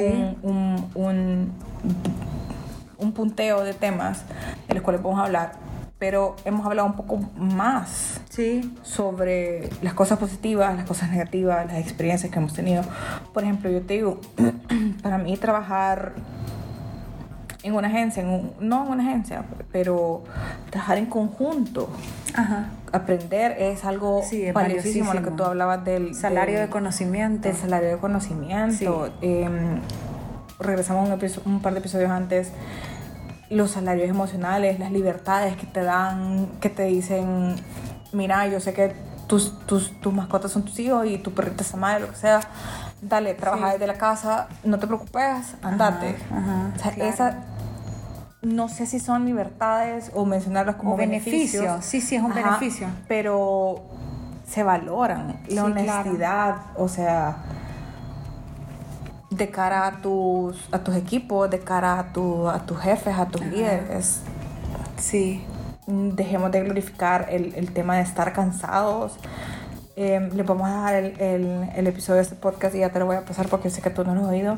B: un punteo de temas de los cuales podemos hablar, pero hemos hablado un poco más sobre las cosas positivas, las cosas negativas, las experiencias que hemos tenido. Por ejemplo, yo te digo, para mí trabajar en una agencia, no en una agencia, pero trabajar en conjunto, aprender es algo valiosísimo. Lo que tú hablabas del
A: salario de conocimiento.
B: Del salario de conocimiento. Sí. Regresamos un par de episodios antes. Los salarios emocionales, las libertades que te dan, que te dicen, mira, yo sé que tus mascotas son tus hijos y tu perrita está mal, lo que sea. Dale, trabaja desde la casa, no te preocupes, andate. O sea,
A: claro.
B: No sé si son libertades o mencionarlas como beneficios.
A: Sí, es un beneficio.
B: Pero se valoran. La honestidad, claro. O sea, de cara a tus equipos, de cara a tus jefes, a tus líderes.
A: Sí.
B: Dejemos de glorificar el tema de estar cansados. Les vamos a dejar el episodio de este podcast y ya te lo voy a pasar porque sé que tú no lo has oído.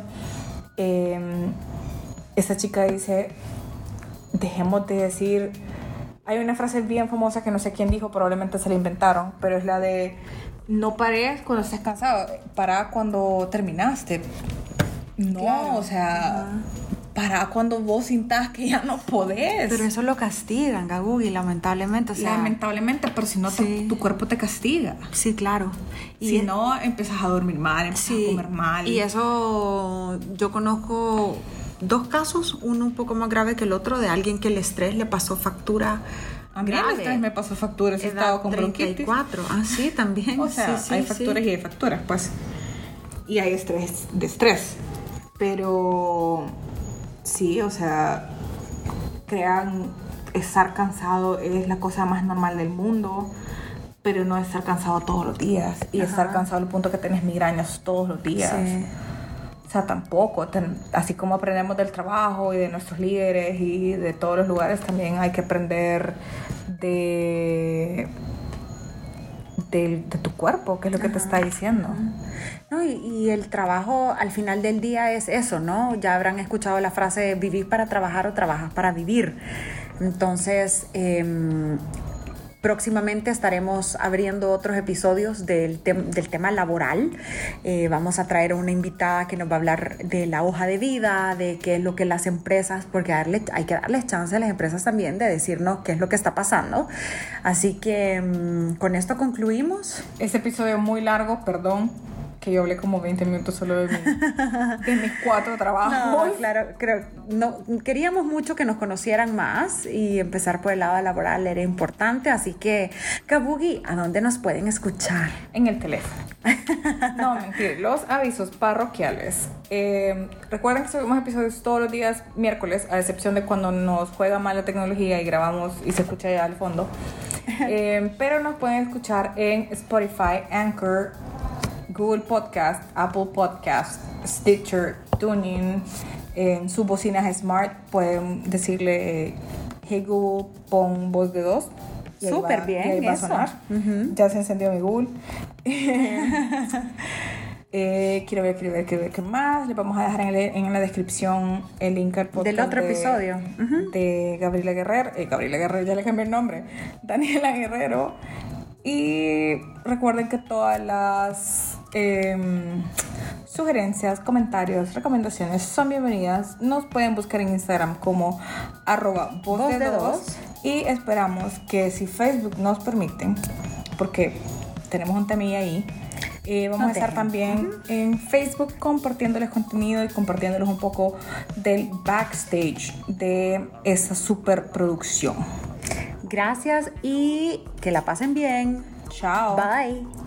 B: Esta chica dice, dejemos de decir, hay una frase bien famosa que no sé quién dijo, probablemente se la inventaron, pero es la de, no pares cuando estés cansado, para cuando terminaste. No, claro. O sea, para cuando vos sintás que ya no podés.
A: Pero eso lo castigan, Gabugi, lamentablemente. O sea,
B: lamentablemente, pero si no, sí. tu cuerpo te castiga.
A: Sí, claro.
B: Y si no, empiezas a dormir mal, empiezas a comer mal.
A: Y eso, yo conozco 2 casos, uno un poco más grave que el otro, de alguien que el estrés le pasó factura.
B: A mí el estrés me pasó facturas, he estado con
A: 34. Sí, también.
B: O sea, hay facturas y hay facturas, pues. Y hay estrés de estrés. Pero sí, o sea, crean, estar cansado es la cosa más normal del mundo, pero no estar cansado todos los días. Y estar cansado al punto que tenés migrañas todos los días. Sí. O sea, tampoco. Así como aprendemos del trabajo y de nuestros líderes y de todos los lugares, también hay que aprender de tu cuerpo, qué es lo que te está diciendo.
A: No, y el trabajo al final del día es eso, ¿no? Ya habrán escuchado la frase vivir para trabajar o trabajar para vivir. Entonces, próximamente estaremos abriendo otros episodios del tema laboral. Vamos a traer a una invitada que nos va a hablar de la hoja de vida, de qué es lo que las empresas, porque hay que darles chance a las empresas también de decirnos qué es lo que está pasando. Así que con esto concluimos.
B: Este episodio muy largo, perdón, que yo hablé como 20 minutos solo de mis 4 trabajos.
A: No, claro, queríamos mucho que nos conocieran más y empezar por el lado laboral era importante, así que, Gabugi, ¿a dónde nos pueden escuchar?
B: En el teléfono. No, mentira, los avisos parroquiales. Recuerden que subimos episodios todos los días miércoles, a excepción de cuando nos juega mal la tecnología y grabamos y se escucha ya al fondo. Pero nos pueden escuchar en Spotify, Anchor, Google Podcast, Apple Podcast, Stitcher, TuneIn. En sus bocinas smart pueden decirle hey Google, pon voz de 2.
A: Súper bien,
B: y ahí va a sonar. Ya se encendió mi Google. Quiero ver qué más. Les vamos a dejar en la descripción el link al podcast
A: del otro episodio
B: de Gabriela Guerrero. Gabriela Guerrero, ya le cambié el nombre. Daniela Guerrero. Y recuerden que todas las sugerencias, comentarios, recomendaciones son bienvenidas. Nos pueden buscar en Instagram como @voz2 y esperamos que si Facebook nos permite, porque tenemos un temilla ahí, vamos a estar también en Facebook compartiéndoles contenido y compartiéndoles un poco del backstage de esa superproducción.
A: Gracias y que la pasen bien.
B: Chao.
A: Bye.